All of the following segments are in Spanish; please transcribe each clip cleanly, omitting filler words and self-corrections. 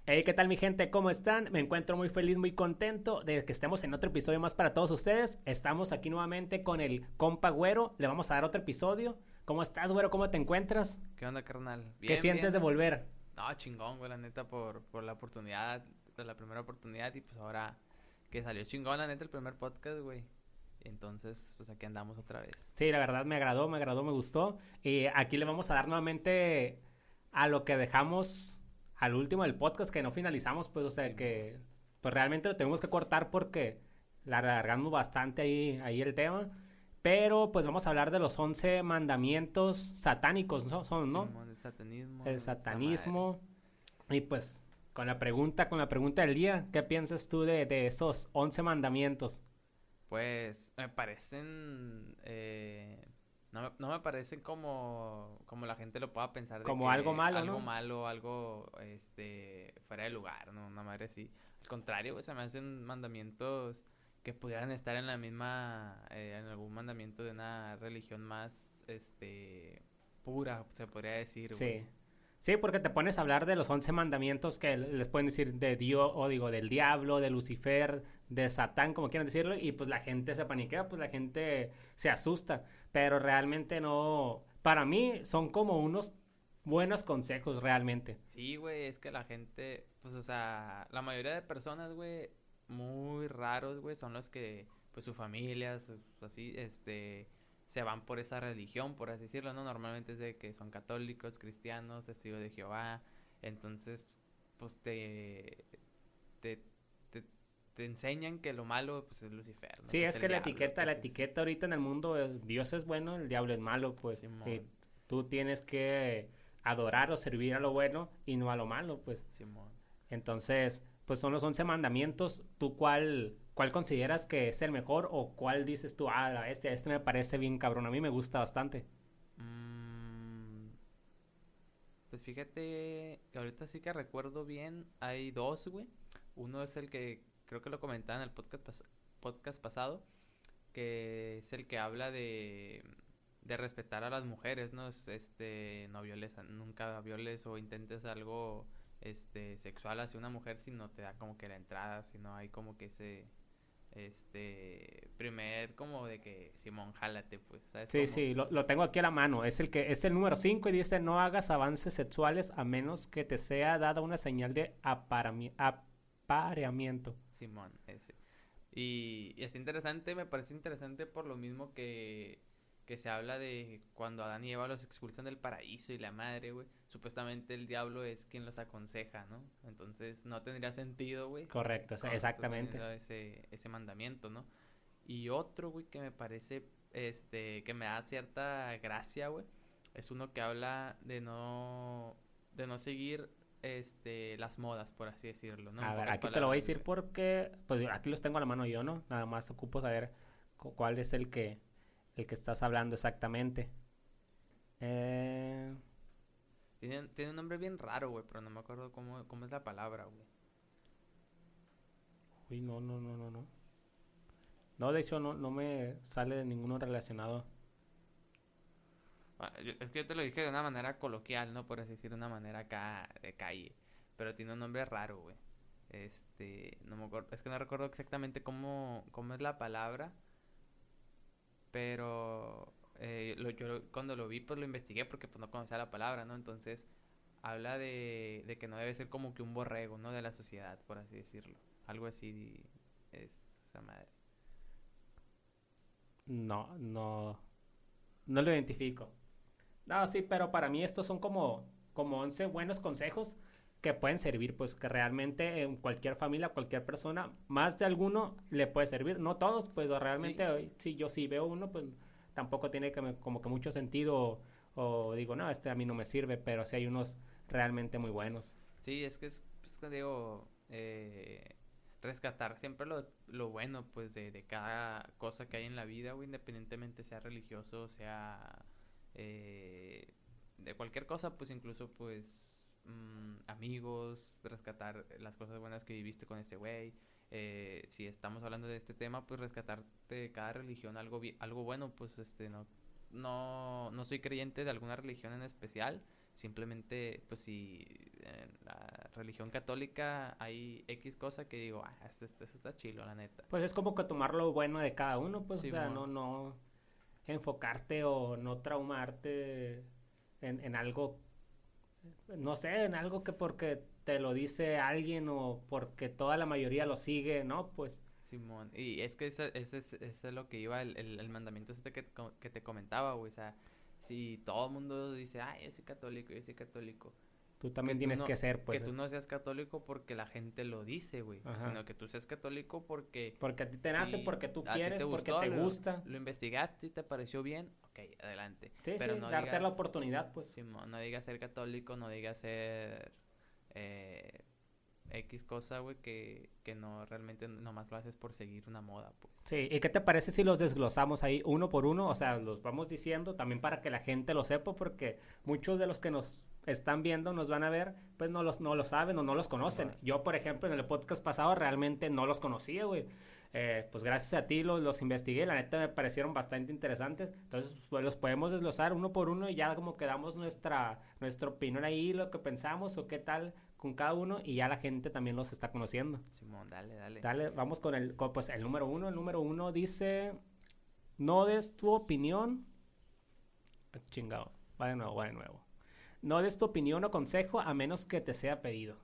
Hey, ¿qué tal mi gente? ¿Cómo están? Me encuentro muy feliz, muy contento de que estemos en otro episodio más para todos ustedes. Estamos aquí nuevamente con el compa Güero. Le vamos a dar otro episodio. ¿Cómo estás, Güero? ¿Cómo te encuentras? ¿Qué onda, carnal? ¿Qué Bien, sientes de bien. volver? No, chingón, güey, la neta, por la oportunidad, por la primera oportunidad y pues ahora que salió chingón, la neta, el primer podcast, güey. Entonces, pues aquí andamos otra vez. Sí, la verdad me gustó. Y aquí le vamos a dar nuevamente a lo que dejamos al último del podcast que no finalizamos, pues, o sea Simón. que pues realmente lo tenemos que cortar porque la alargamos bastante ahí el tema. Pero pues vamos a hablar de los 11 mandamientos satánicos, ¿no? ¿No? Simón, el El satanismo, esa madre. satanismo. Y pues con la pregunta del día, ¿qué piensas tú de esos 11 mandamientos? Pues me parecen. No me parecen como la gente lo pueda pensar de Como algo que malo, algo ¿no? malo, algo fuera de lugar, ¿no? Una madre así. Al contrario, güey, se me hacen mandamientos que pudieran estar en la misma. En algún mandamiento de una religión más pura, se podría decir, güey. Sí. Sí, porque te pones a hablar de los 11 mandamientos que les pueden decir de Dios, o digo, del diablo, de Lucifer, de Satán, como quieran decirlo, y pues la gente se paniquea, pues la gente se asusta, pero realmente no, para mí son como unos buenos consejos realmente. Sí, güey, es que la gente, pues, o sea, la mayoría de personas, güey, muy raros, güey, son los que, pues, su familia, así, se van por esa religión, por así decirlo, ¿no? Normalmente es de que son católicos, cristianos, testigos de Jehová, entonces, pues, te, te, te enseñan que lo malo, pues, es Lucifer, ¿no? Sí, Que es es el que la diablo, etiqueta, que la es ese. etiqueta ahorita en el mundo, Dios es bueno, el diablo es malo, pues Simón, tú tienes que adorar o servir a lo bueno y no a lo malo, pues. Simón. Entonces, pues son los 11 mandamientos. ¿Tú cuál consideras que es el mejor o cuál dices tú, ah, la bestia, este me parece bien cabrón, a mí me gusta bastante? Mm, Pues fíjate que ahorita sí que recuerdo bien, hay dos, güey. Uno es el que creo que lo comentaba en el podcast pasado, que es el que habla de respetar a las mujeres, ¿no? No violes, nunca violes o intentes algo sexual hacia una mujer si no te da como que la entrada, si no hay como que ese primer como de que Simón, jálate, pues, ¿sabes Sí, cómo? sí, lo tengo aquí a la mano. Es el número 5 y dice, no hagas avances sexuales a menos que te sea dada una señal de apareamiento. Simón, ese. Y está interesante, me parece interesante por lo mismo que se habla de cuando Adán y Eva los expulsan del paraíso y la madre, güey. Supuestamente el diablo es quien los aconseja, ¿no? Entonces no tendría sentido, güey, Correcto, tú exactamente. teniendo ese mandamiento, ¿no? Y otro, güey, que me parece, que me da cierta gracia, güey, es uno que habla de no seguir, las modas, por así decirlo, ¿no? En A ver, pocas aquí te lo voy a palabras, decir güey. porque, pues aquí los tengo a la mano yo, ¿no? Nada más ocupo saber cuál es el que estás hablando exactamente. Eh, Tiene un nombre bien raro, güey, pero no me acuerdo cómo es la palabra, güey. Uy, no, no, no, no, no. No, de hecho, no me sale de ninguno relacionado. Es que yo te lo dije de una manera coloquial, ¿no? Por así decir, de una manera acá de calle. Pero tiene un nombre raro, güey. No me acuerdo, es que no recuerdo exactamente cómo es la palabra, pero yo cuando lo vi, pues lo investigué porque pues no conocía la palabra, ¿no? Entonces habla de que no debe ser como que un borrego, ¿no? De la sociedad, por así decirlo. Algo así es esa madre. No, no, no lo identifico. No, sí, pero para mí estos son como 11 buenos consejos que pueden servir, pues que realmente en cualquier familia, cualquier persona, más de alguno le puede servir. No todos, pues Sí, realmente, si yo sí veo uno, pues tampoco tiene como que mucho sentido o digo, no, este a mí no me sirve, pero sí hay unos realmente muy buenos. sí, es que digo, rescatar siempre lo bueno, pues, de cada cosa que hay en la vida, güey, independientemente sea religioso, sea de cualquier cosa, pues, incluso, pues, amigos, rescatar las cosas buenas que viviste con este güey. Si estamos hablando de este tema, pues, rescatar de cada religión algo bueno, pues, no soy creyente de alguna religión en especial, Simplemente, pues si en la religión católica hay X cosa que digo, esto está chilo, la neta. Pues es como que tomar lo bueno de cada uno, pues, o sea, Simón. no enfocarte o no traumarte en algo, no sé, en algo que porque te lo dice alguien o porque toda la mayoría lo sigue, ¿no? Pues, Simón, y es que ese es lo que iba el mandamiento este que te comentaba, güey. O sea, si todo el mundo dice, yo soy católico, tú también tienes que ser, pues. que tú no seas católico porque la gente lo dice, güey. Ajá. Sino que tú seas católico porque... Porque a ti te nace, y porque tú a ti quieres, te porque gustó, te gusta. Lo investigaste y te pareció bien, ok, adelante. Sí, Pero sí, no darte digas, la oportunidad, pues. Simón, no digas ser católico, no digas ser... X cosa, güey, que no realmente nomás lo haces por seguir una moda, pues. Sí, ¿y qué te parece si los desglosamos ahí uno por uno? O sea, los vamos diciendo también para que la gente lo sepa, porque muchos de los que nos están viendo, nos van a ver, pues no lo saben o no los conocen. Sí, yo, por ejemplo, en el podcast pasado realmente no los conocía, güey. Pues gracias a ti los investigué, la neta me parecieron bastante interesantes. Entonces, pues los podemos desglosar uno por uno y ya como que damos nuestra opinión ahí, lo que pensamos o qué tal con cada uno y ya la gente también los está conociendo. Simón, dale. Dale, vamos con pues el número uno. El número uno dice, no des tu opinión. Chingado, va de nuevo. No des tu opinión o consejo a menos que te sea pedido.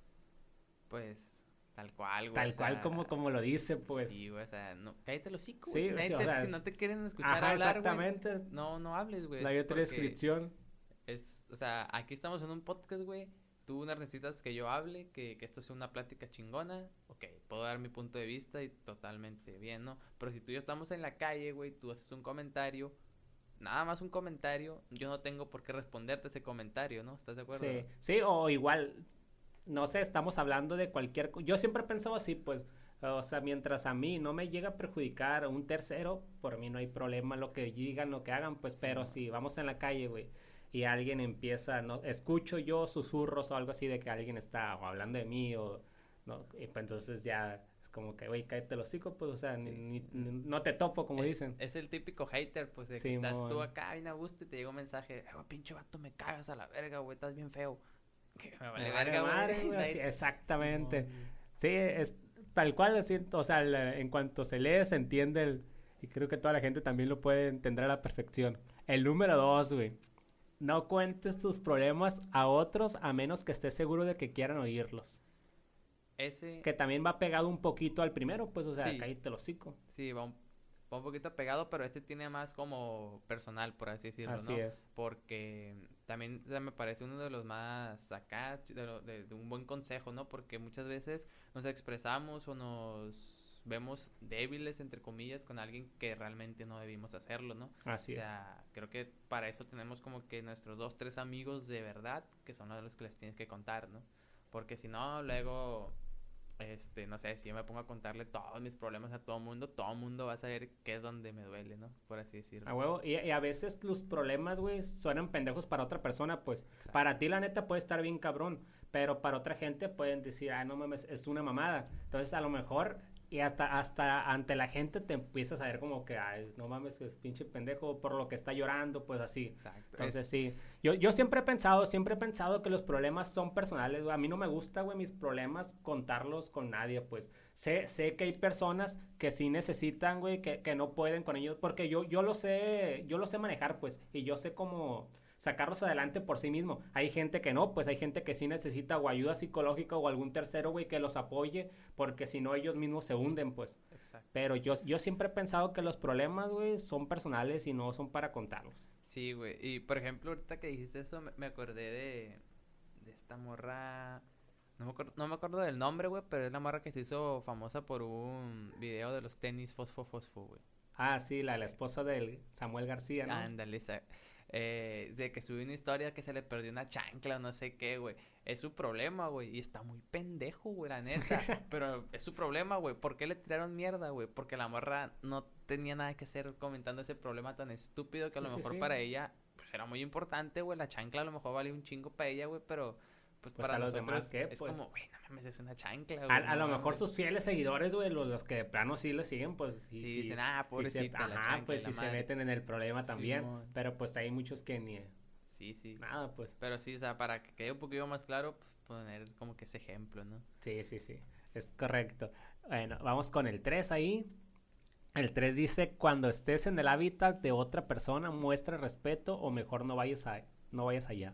Pues, tal cual, güey. Tal cual como lo dice, pues. Sí, güey, o sea, no, cállate los hocico, güey. Sí, Si, sí, o sea, si no te quieren escuchar ajá, hablar, exactamente. güey, no hables, güey. No hay otra descripción. O sea, aquí estamos en un podcast, güey. Tú necesitas que yo hable, que esto sea una plática chingona. Ok, puedo dar mi punto de vista y totalmente bien, ¿no? Pero si tú y yo estamos en la calle, güey, tú haces un comentario, nada más un comentario, yo no tengo por qué responderte ese comentario, ¿no? ¿Estás de acuerdo? Sí, o igual, no sé, estamos hablando de cualquier... Yo siempre he pensado así, pues, o sea, mientras a mí no me llega a perjudicar a un tercero, por mí no hay problema lo que digan, lo que hagan, pues, sí, pero si vamos en la calle, güey, y alguien empieza, no escucho yo susurros o algo así de que alguien está o hablando de mí o no, y pues entonces ya es como que güey, cállate los hocico, pues, o sea, sí, no te topo, como dicen. Es el típico hater, pues, de que estás tú acá bien a gusto y te llega un mensaje, pinche vato, me cagas a la verga, güey, estás bien feo. Que me vale verga, güey. Sí, exactamente. Sí, es tal cual, así, o sea, en cuanto se lee se entiende y creo que toda la gente también lo puede entender a la perfección. El número 2, güey. No cuentes tus problemas a otros a menos que estés seguro de que quieran oírlos. Ese... Que también va pegado un poquito al primero, pues, o sea, sí, cállate el hocico. Sí, va un poquito pegado, pero este tiene más como personal, por así decirlo, así ¿no? Es. Porque también, o sea, me parece uno de los más acá, de un buen consejo, ¿no? Porque muchas veces nos expresamos o nos vemos débiles, entre comillas, con alguien que realmente no debimos hacerlo, ¿no? Así es. O sea, creo que para eso tenemos como que nuestros 2, 3 amigos de verdad, que son los que les tienes que contar, ¿no? Porque si no, luego, no sé, si yo me pongo a contarle todos mis problemas a todo mundo va a saber qué es donde me duele, ¿no? Por así decirlo. A huevo, y a veces los problemas, güey, suenan pendejos para otra persona, pues. Exacto. Para ti, la neta, puede estar bien cabrón, pero para otra gente pueden decir, no mames, es una mamada. Entonces, a lo mejor... Y hasta ante la gente te empiezas a ver como que, no mames, es pinche pendejo por lo que está llorando, pues así. Exacto. Entonces sí, yo siempre he pensado que los problemas son personales, güey. A mí no me gusta, güey, mis problemas contarlos con nadie, pues. Sé que hay personas que sí necesitan, güey, que no pueden con ellos, porque yo lo sé manejar, pues, y yo sé cómo sacarlos adelante por sí mismo. Hay gente que no, pues hay gente que sí necesita o ayuda psicológica o algún tercero, güey, que los apoye, porque si no ellos mismos se hunden, pues. Exacto. Pero yo siempre he pensado que los problemas, güey, son personales y no son para contarlos. Sí, güey. Y, por ejemplo, ahorita que dijiste eso, me acordé de esta morra... No me acuerdo del nombre, güey, pero es la morra que se hizo famosa por un video de los tenis Fosfo, güey. Ah, sí, la esposa del Samuel García, ¿no? Ándale, de que subió una historia que se le perdió una chancla o no sé qué, güey. Es su problema, güey. Y está muy pendejo, güey, la neta. Pero es su problema, güey. ¿Por qué le tiraron mierda, güey? Porque la morra no tenía nada que hacer comentando ese problema tan estúpido que a lo mejor para ella pues era muy importante, güey. La chancla a lo mejor valía un chingo para ella, güey, pero... Pues para a los nosotros demás, ¿qué? Es pues, como, güey, no mames, es una chancla, güey. A lo mejor sus fieles seguidores, güey, los que de plano sí le siguen, pues... Sí, dicen, pobrecita, la chancla, pues sí se meten en el problema también. Pero pues hay muchos que ni... Sí, sí. Nada, pues. Pero sí, o sea, para que quede un poquito más claro, pues poner como que ese ejemplo, ¿no? Sí, sí, sí. Es correcto. Bueno, vamos con el 3 ahí. El 3 dice, cuando estés en el hábitat de otra persona, muestra respeto o mejor no vayas allá.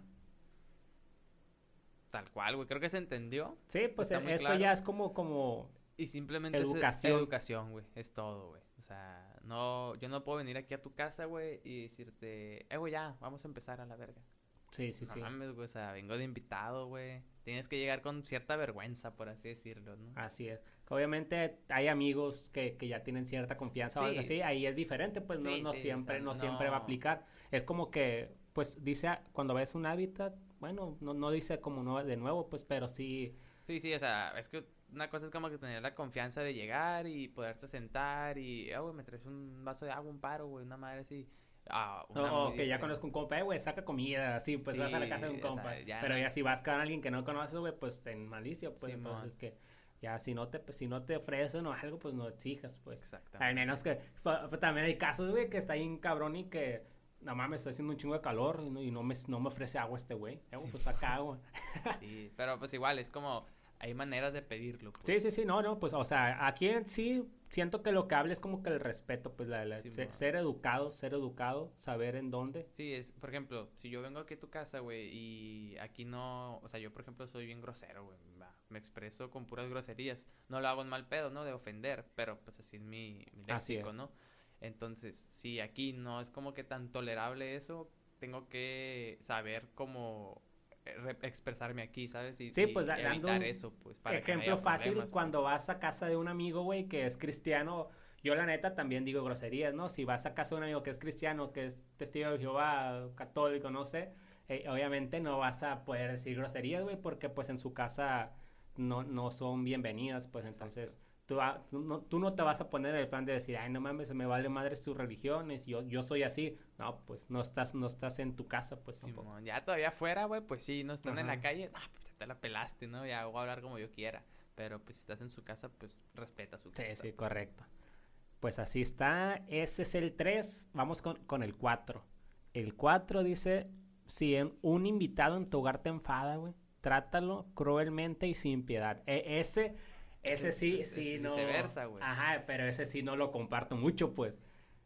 Tal cual, güey. Creo que se entendió. Sí, pues Está muy esto claro. ya es como Y simplemente educación. es educación, güey. Es todo, güey. O sea, no, yo no puedo venir aquí a tu casa, güey, y decirte, güey, ya, vamos a empezar a la verga. Sí, sí, No sí. mames, güey, o sea, vengo de invitado, güey. Tienes que llegar con cierta vergüenza, por así decirlo, ¿no? Así es. Obviamente hay amigos que ya tienen cierta confianza o algo Sí, así, ahí es diferente, pues no, sí, no sí, o sea, siempre, no siempre va a no. aplicar. Es como que, pues dice, cuando ves un hábitat, bueno, no dice como no de nuevo, pues, pero sí, Sí, sí, o sea, es que una cosa es como que tener la confianza de llegar y poderte sentar y, güey, me traes un vaso de agua, un paro, güey, una madre así. Una muy o que ya diferente. conozco un compa, güey, saca comida, así, pues vas a la casa de un Sí, o compa. sea, ya Pero no. ya si vas con alguien que no conoces, güey, pues en malicia, pues Simón, entonces que ya si no te ofrecen o algo, pues no exijas, pues. Al exactamente. menos que, pues, también hay casos, güey, que está ahí un cabrón y que, no mames, está haciendo un chingo de calor y no me ofrece agua este güey. Sí, Pues saca agua. sí, pero pues igual, es como, hay maneras de pedirlo, Sí, pues. sí, sí, no, pues, o sea, aquí en sí siento que lo que habla es como que el respeto, pues, Simón. ser educado, saber en dónde. Sí, es, por ejemplo, si yo vengo aquí a tu casa, güey, y aquí no, o sea, yo por ejemplo soy bien grosero, güey, me expreso con puras groserías, no lo hago en mal pedo, ¿no? De ofender, pero pues así es mi Así léxico, es. ¿no? Entonces, si aquí no es como que tan tolerable eso, tengo que saber cómo expresarme aquí, ¿sabes? Sí, pues Y dando evitar un eso, pues, para que no ejemplo haya fácil, problemas, cuando pues. vas a casa de un amigo, güey, que es cristiano, yo la neta también digo groserías, ¿no? Si vas a casa de un amigo que es cristiano, que es testigo de Jehová, católico, no sé, obviamente no vas a poder decir groserías, güey, porque pues en su casa no son bienvenidas, pues Exacto. entonces tú no te vas a poner en el plan de decir, ay, no mames, se me vale madre tus religiones, yo soy así. No, pues no estás en tu casa, pues tampoco. Simón, ya todavía afuera, güey, pues sí, no están en Ajá. la calle, pues ya te la pelaste, ¿no? Ya voy a hablar como yo quiera. Pero pues si estás en su casa, pues respeta su Sí, casa, sí, pues. correcto. Pues así está. Ese es el 3. Vamos con el 4. El 4 dice, si un invitado en tu hogar te enfada, güey, trátalo cruelmente y sin piedad. Ese sí, Es sí, no. viceversa, güey. Ajá, pero ese sí no lo comparto mucho, pues.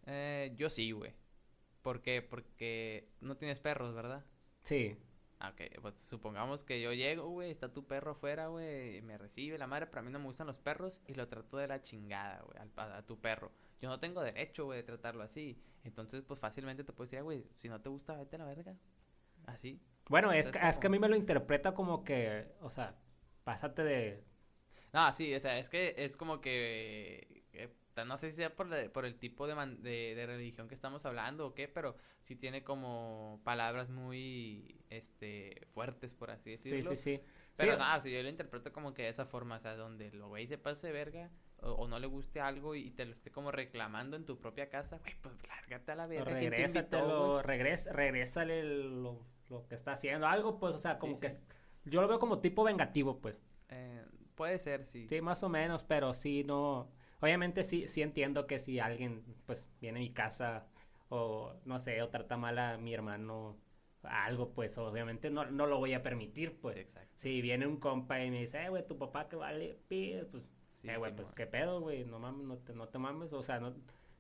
Yo sí, güey. ¿Por qué? Porque no tienes perros, ¿verdad? Sí, Ok, pues supongamos que yo llego, güey, está tu perro afuera, güey, y me recibe la madre, pero a mí no me gustan los perros y lo trato de la chingada, güey, a tu perro. Yo no tengo derecho, güey, de tratarlo así. Entonces, pues fácilmente te puedes decir, güey, si no te gusta, vete a la verga. Así. bueno, O sea, es es que a como... mí me lo interpreta como que, o sea, pásate de... No, sí, o sea, es que es como que... no sé si sea por el tipo de religión que estamos hablando o qué, pero sí tiene como palabras muy, fuertes, por así Sí, sí, decirlo. sí. Sí, Pero nada, o sea, yo lo interpreto como que de esa forma, o sea, donde el güey se pase de verga o no le guste algo y te lo esté como reclamando en tu propia casa, güey, pues lárgate a la verga, ¿quién te invitó, güey? regrésale lo que está haciendo. Algo, pues, o sea, Sí, como que sí. yo lo veo como tipo vengativo, pues. Puede ser, sí. Sí, más o menos, pero sí, no. Obviamente sí entiendo que si alguien, pues, viene a mi casa o, no sé, o trata mal a mi hermano, algo, pues, obviamente no lo voy a permitir, Sí, pues. exacto. Si viene un compa y me dice, güey, tu papá que vale, pues, Sí, güey, pues, Simón. qué pedo, güey, no mames, no te mames, o sea, no.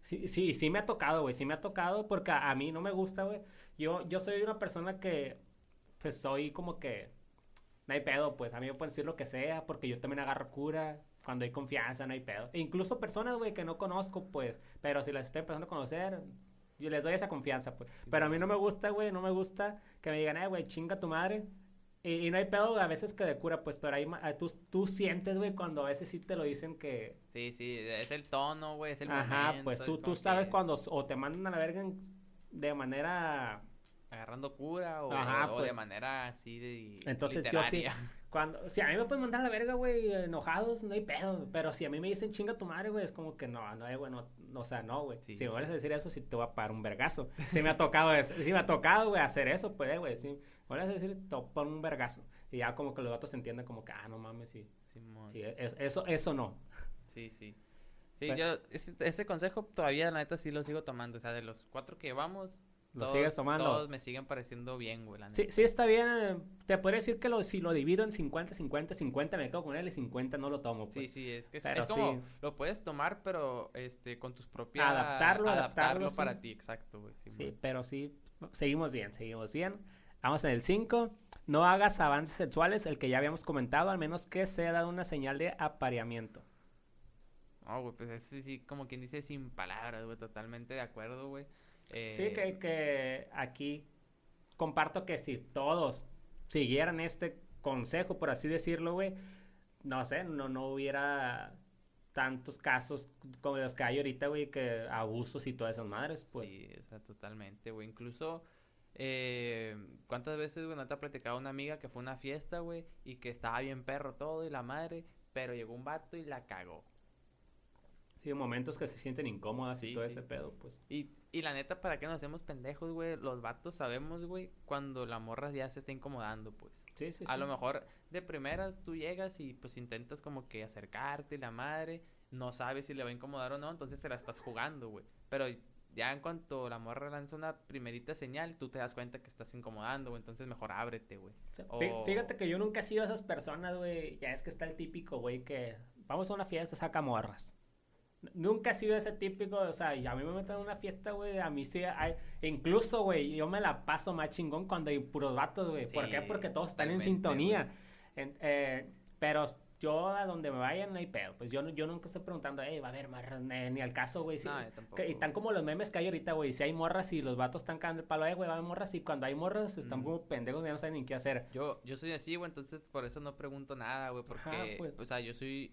Sí me ha tocado, güey, sí me ha tocado porque a mí no me gusta, güey. Yo soy una persona que, pues, soy como que no hay pedo, pues a mí me pueden decir lo que sea, porque yo también agarro cura. Cuando hay confianza, no hay pedo. E incluso personas, güey, que no conozco, pues, pero si las estoy empezando a conocer, yo les doy esa confianza, pues. Pero a mí Simón. no me gusta, güey, no me gusta que me digan, güey, chinga tu madre. Y no hay pedo a veces que de cura, pues, pero ahí tú sientes, güey, cuando a veces sí te lo dicen que... Sí, sí, es el tono, güey, es el Ajá, pues momento, es tú como sabes que cuando o te mandan a la verga de manera... agarrando cura Ajá, o de pues manera así de entonces yo sí, literaria. si a mí me pueden mandar a la verga, güey, enojados, no hay pedo. Pero si a mí me dicen chinga tu madre, güey, es como que güey, o sea, no, güey. Sí, Si me sí. vuelves a decir eso, sí te voy a pagar un vergazo. Sí me ha tocado eso, sí me ha tocado, güey, hacer eso, pues, güey, sí. Me vuelves a decir, te voy a poner un vergazo. Y ya como que los gatos entienden como que, no mames, sí. Simón. Sí, eso no. Sí, sí. Sí, Pues, yo ese consejo todavía la neta sí lo sigo tomando, o sea, de los 4 que vamos, ¿Lo sigues tomando? Todos me siguen pareciendo bien, güey, la neta. Sí, sí está bien. Te podría decir que si lo divido en 50, 50, 50 me quedo con él y 50 no lo tomo, pues. Sí, es que pero es como, sí, lo puedes tomar, pero con tus propias... adaptarlo, para sí. ti, exacto, güey. Sí, pero sí, seguimos bien. Vamos en el 5. No hagas avances sexuales, el que ya habíamos comentado, al menos que sea dado una señal de apareamiento. No, güey, pues eso sí, como quien dice, sin palabras, güey, totalmente de acuerdo, güey. Sí, que aquí comparto que si todos siguieran este consejo, por así decirlo, güey, no sé, no hubiera tantos casos como los que hay ahorita, güey, que abusos y todas esas madres, pues. Sí, o sea, totalmente, güey. Incluso, ¿cuántas veces, güey, no te ha platicado una amiga que fue a una fiesta, güey, y que estaba bien perro todo y la madre, pero llegó un vato y la cagó? Sí, momentos que se sienten incómodas y todo Sí. ese pedo, pues. Y la neta, ¿para qué nos hacemos pendejos, güey? Los vatos sabemos, güey, cuando la morra ya se está incomodando, pues. Sí. A lo mejor de primeras tú llegas y pues intentas como que acercarte y la madre, no sabes si le va a incomodar o no, entonces se la estás jugando, güey. Pero ya en cuanto la morra lanza una primerita señal, tú te das cuenta que estás incomodando, güey, entonces mejor ábrete, güey. Sí. O... Fíjate que yo nunca he sido esas personas, güey. Ya es que está el típico, güey, que vamos a una fiesta, saca morras. Nunca he sido ese típico, o sea, y a mí me meten en una fiesta, güey, a mí sí hay, incluso, güey, yo me la paso más chingón cuando hay puros vatos, güey. ¿Por Sí, qué? Porque todos están en totalmente, sintonía. Pero yo a donde me vayan no hay pedo. Pues yo nunca estoy preguntando, va a haber morras, ni al caso, güey. Sí, No, yo tampoco. y tan como los memes que hay ahorita, güey. Si hay morras y los vatos están cagando el palo, güey, va a haber morras. Y cuando hay morras están como pendejos, ya no saben ni qué hacer. Yo soy así, güey, entonces por eso no pregunto nada, güey, porque, Ajá, pues. o sea, yo soy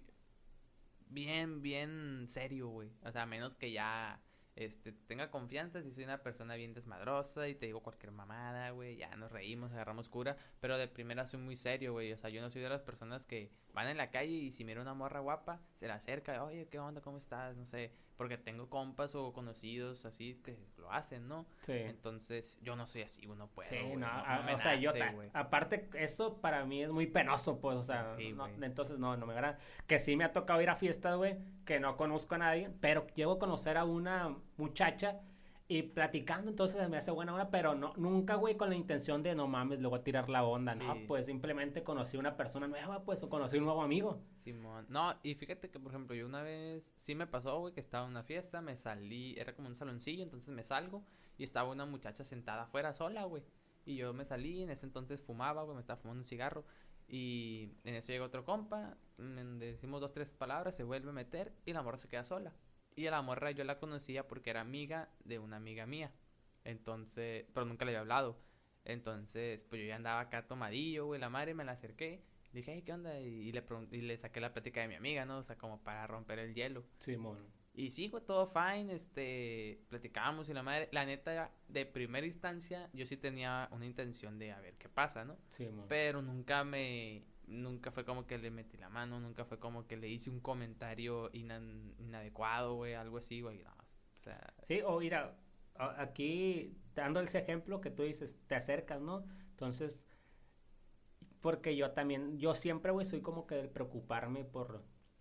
bien serio, güey. O sea, a menos que ya, tenga confianza, si soy una persona bien desmadrosa y te digo cualquier mamada, güey, ya nos reímos, agarramos cura, pero de primera soy muy serio, güey. O sea, yo no soy de las personas que van en la calle y si mira una morra guapa, se la acerca, oye, ¿qué onda? ¿Cómo estás? No sé, porque tengo compas o conocidos así que lo hacen, ¿no? Sí. Entonces, yo no soy así, güey, no puedo, Sí, güey, no, me o sea, nace, güey. aparte, eso para mí es muy penoso, pues, o sea, Sí, güey. entonces no me agrada. Que sí me ha tocado ir a fiestas, güey, que no conozco a nadie, pero llego a conocer a una muchacha y platicando, entonces me hace buena hora, pero nunca, güey, con la intención de no mames, luego tirar la onda, no, Sí. pues simplemente conocí a una persona nueva, pues, o conocí un nuevo amigo. Simón. No, y fíjate que, por ejemplo, yo una vez sí me pasó, güey, que estaba en una fiesta, me salí, era como un saloncillo, entonces me salgo y estaba una muchacha sentada afuera sola, güey. Y yo me salí, en ese entonces fumaba, güey, me estaba fumando un cigarro. Y en eso llega otro compa, decimos 2, 3 palabras, se vuelve a meter y la morra se queda sola. Y a la morra yo la conocía porque era amiga de una amiga mía. Entonces, pero nunca le había hablado. Entonces, pues yo ya andaba acá tomadillo, güey, la madre me la acerqué. Le dije, hey, ¿qué onda? Y le saqué la plática de mi amiga, ¿no? O sea, como para romper el hielo. Sí, mono. Y sí, güey, todo fine, platicábamos y la madre, la neta, de primera instancia, yo sí tenía una intención de a ver qué pasa, ¿no? Sí, mono. Pero nunca fue como que le metí la mano, nunca fue como que le hice un comentario inadecuado, güey, algo así, güey, no, o sea... Sí, o mira, aquí dando ese ejemplo que tú dices, te acercas, ¿no? Entonces, porque yo siempre, güey, soy como que de preocuparme por...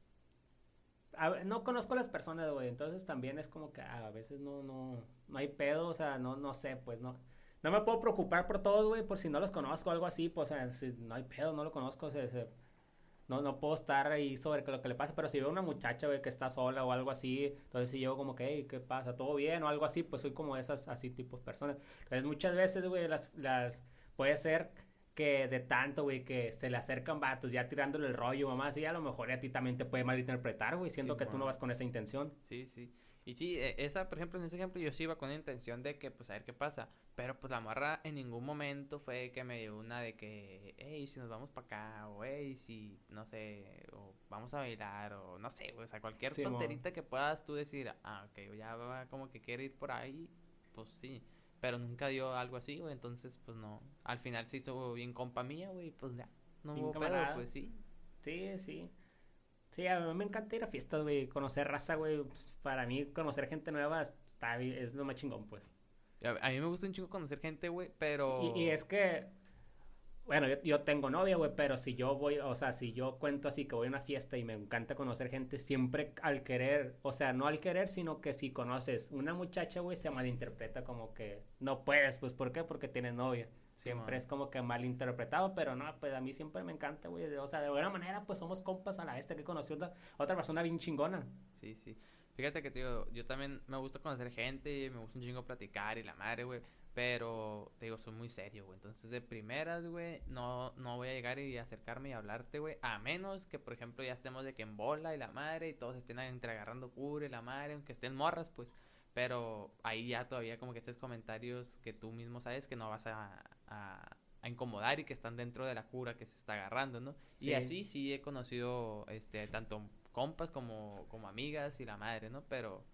no conozco a las personas, güey, entonces también es como que a veces no hay pedo, o sea, no sé, pues no me puedo preocupar por todos, güey, por si no los conozco o algo así, pues, o sea, si no hay pedo, no lo conozco, no puedo estar ahí sobre lo que le pasa, pero si veo una muchacha, güey, que está sola o algo así, entonces si yo como que, hey, ¿qué pasa? ¿Todo bien? O algo así, pues soy como de esas así tipos de personas. Entonces muchas veces, güey, puede ser que de tanto, güey, que se le acercan vatos ya tirándole el rollo, mamá, así a lo mejor a ti también te puede malinterpretar, güey, siendo Sí, que tú no vas con esa intención. Sí, sí. Y sí, esa, por ejemplo, en ese ejemplo yo sí iba con la intención de que, pues, a ver qué pasa. Pero, pues, la morra en ningún momento fue que me dio una de que, hey, si nos vamos para acá, o hey, si, no sé, o vamos a bailar, o no sé, o sea, cualquier Sí, tonterita que puedas tú decir, ok, ya va como que quiere ir por ahí, pues sí. Pero nunca dio algo así, güey, entonces, pues, no. Al final se hizo bien compa mía, güey, pues ya, no Bien hubo pedo, camarada. pues sí. Sí. Sí, a mí me encanta ir a fiestas, güey, conocer raza, güey, pues, para mí conocer gente nueva es lo más chingón, pues. A mí me gusta un chingo conocer gente, güey, pero... Y es que, Bueno, yo tengo novia, güey, pero si yo voy, o sea, si yo cuento así que voy a una fiesta y me encanta conocer gente, siempre al querer, o sea, no al querer, sino que si conoces una muchacha, güey, se malinterpreta como que no puedes, pues, ¿por qué? Porque tienes novia. Siempre Simón. es como que malinterpretado, pero no, pues a mí siempre me encanta, güey. O sea, de alguna manera, pues somos compas a la vez que conocí otra persona bien chingona. Sí, sí. Fíjate que, tío, yo también me gusta conocer gente, me gusta un chingo platicar y la madre, güey. Pero, te digo, soy muy serio, güey. Entonces, de primeras, güey, no voy a llegar y acercarme y hablarte, güey. A menos que, por ejemplo, ya estemos de que en bola y la madre y todos estén entre agarrando cura y la madre, aunque estén morras, pues. Pero ahí ya todavía como que estos comentarios que tú mismo sabes que no vas a incomodar y que están dentro de la cura que se está agarrando, ¿no? Sí. Y así sí he conocido, tanto compas como amigas y la madre, ¿no? Pero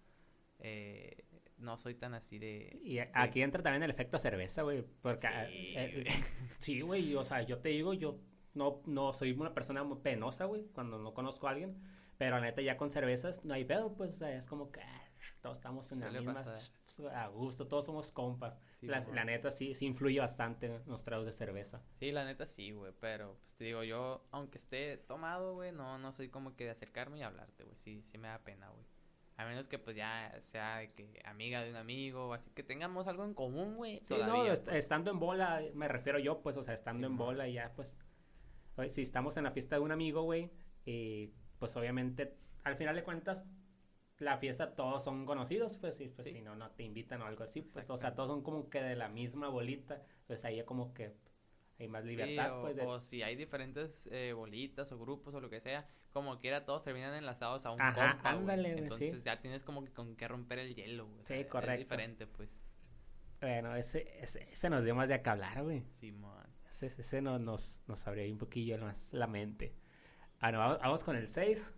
no soy tan así Y aquí entra también el efecto cerveza, güey. Porque, Sí, sí, güey, o sea, yo te digo, yo no soy una persona muy penosa, güey, cuando no conozco a alguien. Pero neta, ya con cervezas no hay pedo, pues, o sea, es como que todos estamos en la suele misma, pasar. a gusto, todos somos compas. Sí, La neta, sí influye bastante en los tragos de cerveza. sí, la neta sí, güey, pero pues te digo, yo, aunque esté tomado, güey, no soy como que de acercarme y hablarte, güey, sí me da pena, güey. A menos que pues ya sea de que amiga de un amigo, así que tengamos algo en común, güey, Sí, no, todavía, pues. estando en bola, me refiero yo, pues, o sea, estando en Simón. bola y ya, pues, oye, si estamos en la fiesta de un amigo, güey, y pues obviamente, al final de cuentas, la fiesta todos son conocidos, pues, y pues Sí, si no te invitan o algo así, pues, o sea, exactamente. todos son como que de la misma bolita, pues ahí como que hay más Sí, libertad, pues, o si hay diferentes bolitas o grupos o lo que sea, como quiera todos terminan enlazados a un ajá, compa, güey. ándale, güey, sí, Entonces ya tienes como que con qué romper el hielo, güey. O sea, sí, es correcto. diferente, pues. Bueno, ese nos dio más de qué hablar, güey. Simón. Ese nos abrió un poquillo más la mente. Ah, no, vamos con el 6.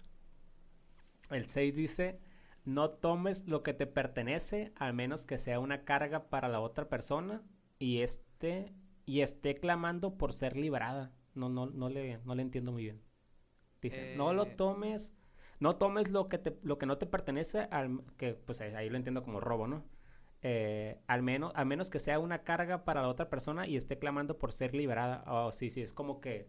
El 6 dice, no tomes lo que te pertenece, al menos que sea una carga para la otra persona y esté clamando por ser liberada. No le entiendo muy bien. Dice, Eh, no tomes lo que no te pertenece, que pues ahí lo entiendo como robo, ¿no? Al menos que sea una carga para la otra persona y esté clamando por ser liberada. Oh, sí, sí, es como que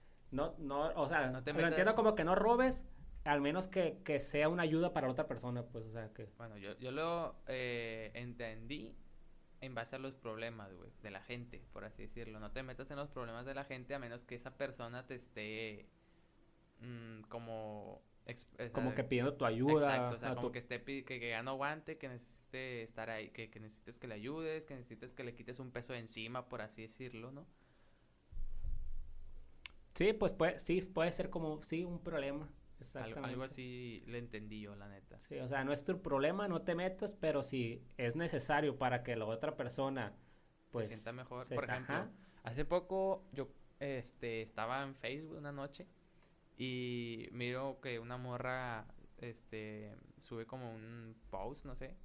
o sea, no te lo entiendo metas. como que no robes, al menos que sea una ayuda para la otra persona, pues, o sea, que... Bueno, yo lo entendí en base a los problemas, güey, de la gente, por así decirlo. No te metas en los problemas de la gente a menos que esa persona te esté como o Como sea, que pidiendo tu exacto, ayuda, o sea, como que esté que ya no aguante, que necesite estar ahí, que necesites que le ayudes, que necesites que le quites un peso de encima, por así decirlo, ¿no? Sí, pues sí, puede ser como, sí, un problema, Algo exactamente. así le entendí yo, la neta. Sí, o sea, no es tu problema, no te metas, pero si es necesario para que la otra persona, Se sienta pues, mejor. Por ejemplo, ajá, hace poco yo estaba en Facebook una noche y miro que una morra sube como un post, no sé,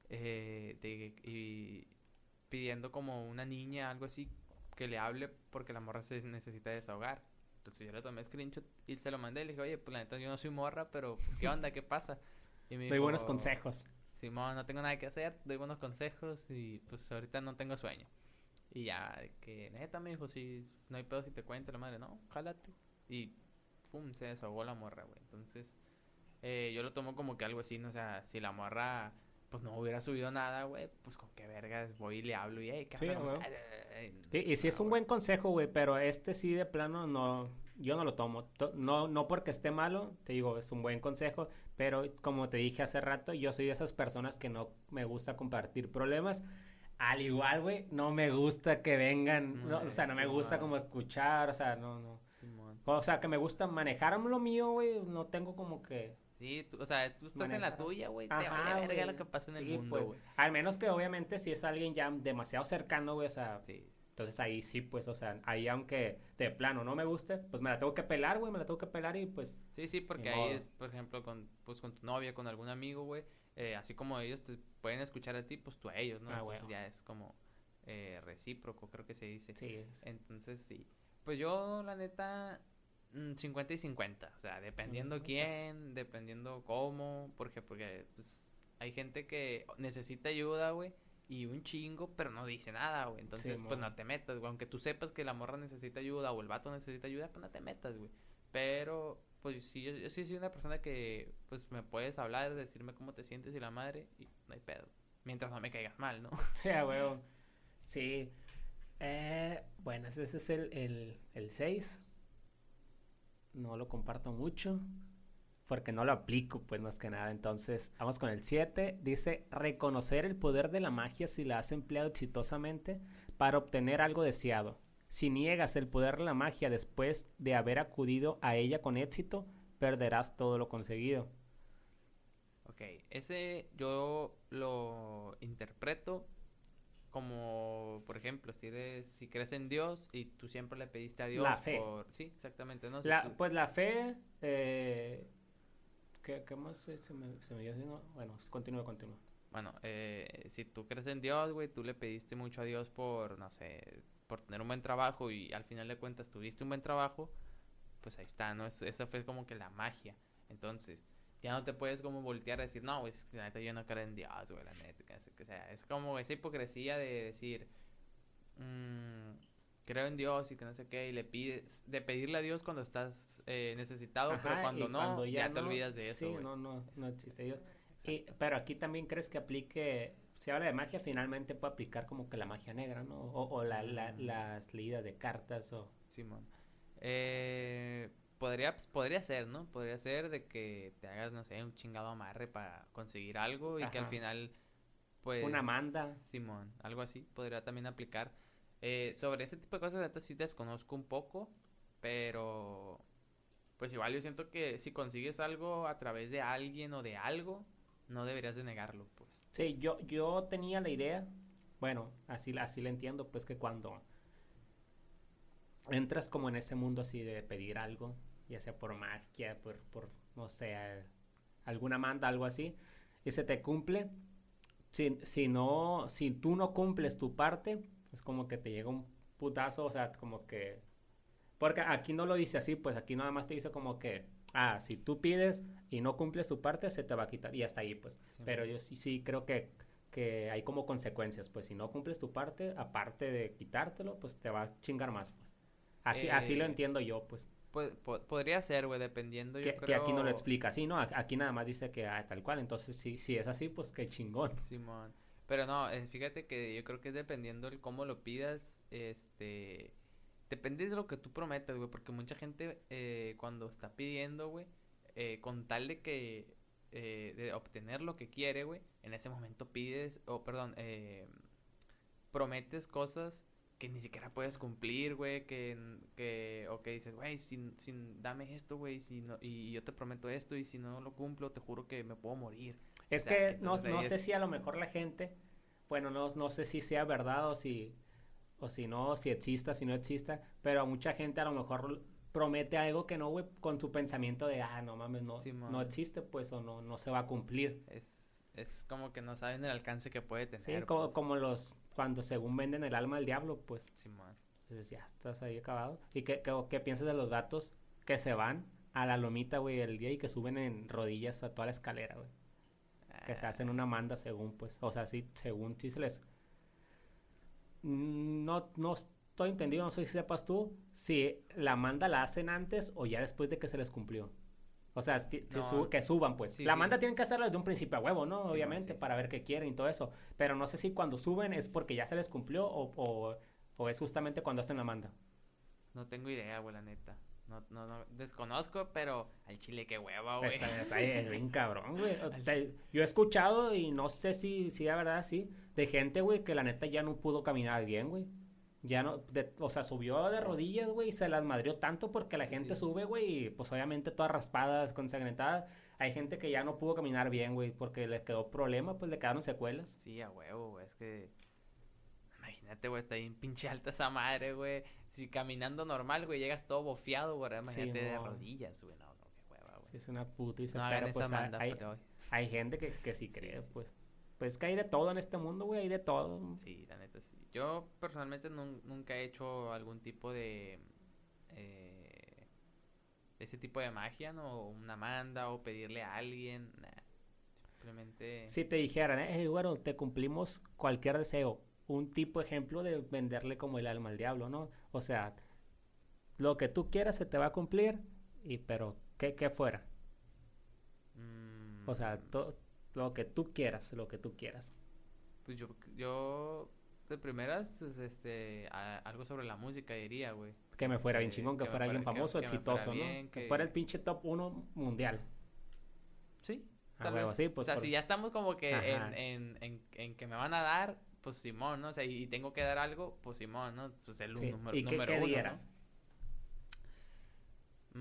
y pidiendo como una niña, algo así, que le hable porque la morra se necesita desahogar. Entonces yo le tomé screenshot y se lo mandé y le dije, oye, pues la neta yo no soy morra, pero pues qué onda, qué pasa. Y me doy buenos dijo, consejos. Simón, no tengo nada que hacer, doy buenos consejos y pues ahorita no tengo sueño. Y ya, que neta me dijo, si no hay pedo si te cuento, la madre, no, jálate. Y pum, se desahogó la morra, güey. Entonces, yo lo tomo como que algo así, ¿no? O sea, si la morra pues no hubiera subido nada, güey, pues con qué vergas voy y le hablo y, hey, ¿qué Sí, onda? ¿Cómo güey. estás? Y sí es No, un güey. buen consejo, güey, pero este sí de plano no, yo no lo tomo. No porque esté malo, te digo, es un buen consejo, pero como te dije hace rato, yo soy de esas personas que no me gusta compartir problemas. Al igual, güey, no me gusta que vengan, o sea, no me gusta Simón, como escuchar, o sea, no. Simón. O sea, que me gusta manejar lo mío, güey, no tengo como que Sí, o sea, tú estás en la manejar. tuya, güey, te vale Ajá, verga lo güey. que pasa en el Sí, mundo, pues, güey. al menos que obviamente si es alguien ya demasiado cercano, güey, o sea, Sí, entonces ahí sí, pues, o sea, ahí aunque de plano no me guste, pues me la tengo que pelar, güey, me la tengo que pelar y pues, sí, ni porque ahí es, modo. por ejemplo, pues con tu novia, con algún amigo, güey, así como ellos te pueden escuchar a ti, pues tú a ellos, ¿no? Ah, güey. Entonces ya es como recíproco, creo que se dice. Sí, Entonces sí. Pues yo, la neta, 50 y 50. O sea, unos dependiendo 50. quién, dependiendo cómo, porque pues hay gente que necesita ayuda, güey. y un chingo, pero no dice nada, güey. Entonces, Sí, pues mo. no te metas, güey. Aunque tú sepas que la morra necesita ayuda o el vato necesita ayuda, pues no te metas, güey. Pero, pues sí, yo sí soy una persona que, pues me puedes hablar, decirme cómo te sientes y la madre, y no hay pedo. Mientras no me caigas mal, ¿no? Sí, a huevo. Sí. Bueno, ese es el 6. No lo comparto mucho porque no lo aplico, pues más que nada. Entonces, vamos con el 7. Dice, reconocer el poder de la magia si la has empleado exitosamente para obtener algo deseado. Si niegas el poder de la magia después de haber acudido a ella con éxito, perderás todo lo conseguido. Ok, ese yo lo interpreto como, por ejemplo, si crees en Dios y tú siempre le pediste a La Dios fe. por... Sí, exactamente, ¿no? Si tú... Pues la fe... ¿qué más se me dio? No, bueno, continúa. Bueno, si tú crees en Dios, güey, tú le pediste mucho a Dios por, no sé, por tener un buen trabajo y al final de cuentas tuviste un buen trabajo, pues ahí está, ¿no? Esa fue como que la magia. Entonces, ya no te puedes como voltear a decir, no, güey, es que la neta yo no creo en Dios, güey, la neta, que sea, es como esa hipocresía de decir, mm, creo en Dios y que no sé qué, y le pides, de pedirle a Dios cuando estás necesitado, pero Ajá, cuando y cuando no, ya ya te no, olvidas de eso, sí, güey. no existe Dios. Exacto. Pero aquí también crees que aplique, si habla de magia, finalmente puede aplicar como que la magia negra, ¿no? O Mm, las leídas de cartas, o... Simón. Podría ser, ¿no? Podría ser de que te hagas, no sé, un chingado amarre para conseguir algo y que al Ajá, final, una pues, manda. Simón, algo así podría también aplicar. Sobre ese tipo de cosas, ahorita sí desconozco un poco, pero pues igual yo siento que si consigues algo a través de alguien o de algo, no deberías de negarlo, pues. Sí, yo tenía la idea, bueno, así la entiendo, pues que cuando entras como en ese mundo así de pedir algo, ya sea por magia, por no sé, alguna manda, algo así, y se te cumple, si tú no cumples tu parte, es como que te llega un putazo, o sea, como que... Porque aquí no lo dice así, pues aquí nada más te dice como que, si tú pides y no cumples tu parte, se te va a quitar y hasta ahí, pues. Pero Simón. yo sí creo que hay como consecuencias, pues si no cumples tu parte, aparte de quitártelo, pues te va a chingar más, pues. Así lo Eh, entiendo yo, pues. Podría ser, güey, dependiendo, yo Que aquí no lo creo. explica así, ¿no? Aquí nada más dice que tal cual, entonces si es así, pues qué chingón. Simón. Pero no, fíjate que yo creo que es dependiendo el cómo lo pidas, depende de lo que tú prometas, güey, porque mucha gente cuando está pidiendo, güey, con tal de que, de obtener lo que quiere, güey, en ese momento pides, o perdón, prometes cosas que ni siquiera puedes cumplir, güey, o que dices, güey, dame esto, güey, si no, y yo te prometo esto, y si no lo cumplo, te juro que me puedo morir. O Es sea, que entonces ahí no sé es, si a lo mejor la gente, bueno, no sé si sea verdad o si no, si exista, si no exista, pero a mucha gente a lo mejor promete algo que no, güey, con su pensamiento de, no mames, no Simón, existe, pues, o no se va a cumplir. es como que no saben el alcance que puede Sí, tener, pues, como cuando según venden el alma del diablo, pues, Simón. entonces ya estás ahí acabado. ¿Y qué piensas de los gatos que se van a la lomita, güey, el día y que suben en rodillas a toda la escalera, güey? Que se hacen Ah, una manda según, pues, o sea, sí, según sí se les... No estoy entendido, no sé si sepas tú, si la manda la hacen antes o ya después de que se les cumplió. O sea, no, que suban, pues. sí, La sí, manda tienen que hacerla desde un principio a huevo, ¿no? Simón, Obviamente, sí, sí. para ver qué quieren y todo eso. Pero no sé si cuando suben es porque ya se les cumplió o es justamente cuando hacen la manda. No tengo idea, güey, la neta. No, desconozco, pero al chile qué hueva, güey. Está bien cabrón, güey. Al chi- Yo he escuchado y no sé si la verdad sí, de gente, güey, que la neta ya no pudo caminar bien, güey. Ya no, o sea, subió de rodillas, güey, y se las madrió tanto porque la Sí, gente sí. sube, güey, y pues obviamente todas raspadas, consangrentadas. Hay gente que ya no pudo caminar bien, güey, porque le quedó problema, pues le quedaron secuelas. Sí, a huevo, güey. Es que, imagínate, güey, está bien pinche alta esa madre, güey. Si caminando normal, güey, llegas todo bofeado, güey. Sí, Imagínate de mo, rodillas, güey. No, no, qué hueva, güey. sí es una putiza, No hagan pero esa pues manda, pero... hay gente que sí Sí, cree, sí. pues. Pues que hay de todo en este mundo, güey, hay de todo. Sí, la neta, sí. Yo personalmente nunca he hecho algún tipo de... Eh, ese tipo de magia, ¿no? Una manda o pedirle a alguien. Nah. simplemente... Si te dijeran, bueno, te cumplimos cualquier deseo, un tipo ejemplo de venderle como el alma al diablo, ¿no? O sea, lo que tú quieras se te va a cumplir, pero ¿qué fuera? O sea, lo que tú quieras, lo que tú quieras. Pues yo de primeras, pues, algo sobre la música diría, güey. Que me fuera bien chingón, que fuera alguien famoso, que me fuera exitoso, bien, ¿no? Que fuera el pinche top 1 mundial. Sí, A tal huevo, vez. sí, O pues sea, si ya estamos como que Ajá. en que me van a dar, pues Simón, ¿no? O sea, y tengo que dar algo, pues Simón, ¿no? Pues el Sí. número, ¿Y qué número uno, dieras? ¿no?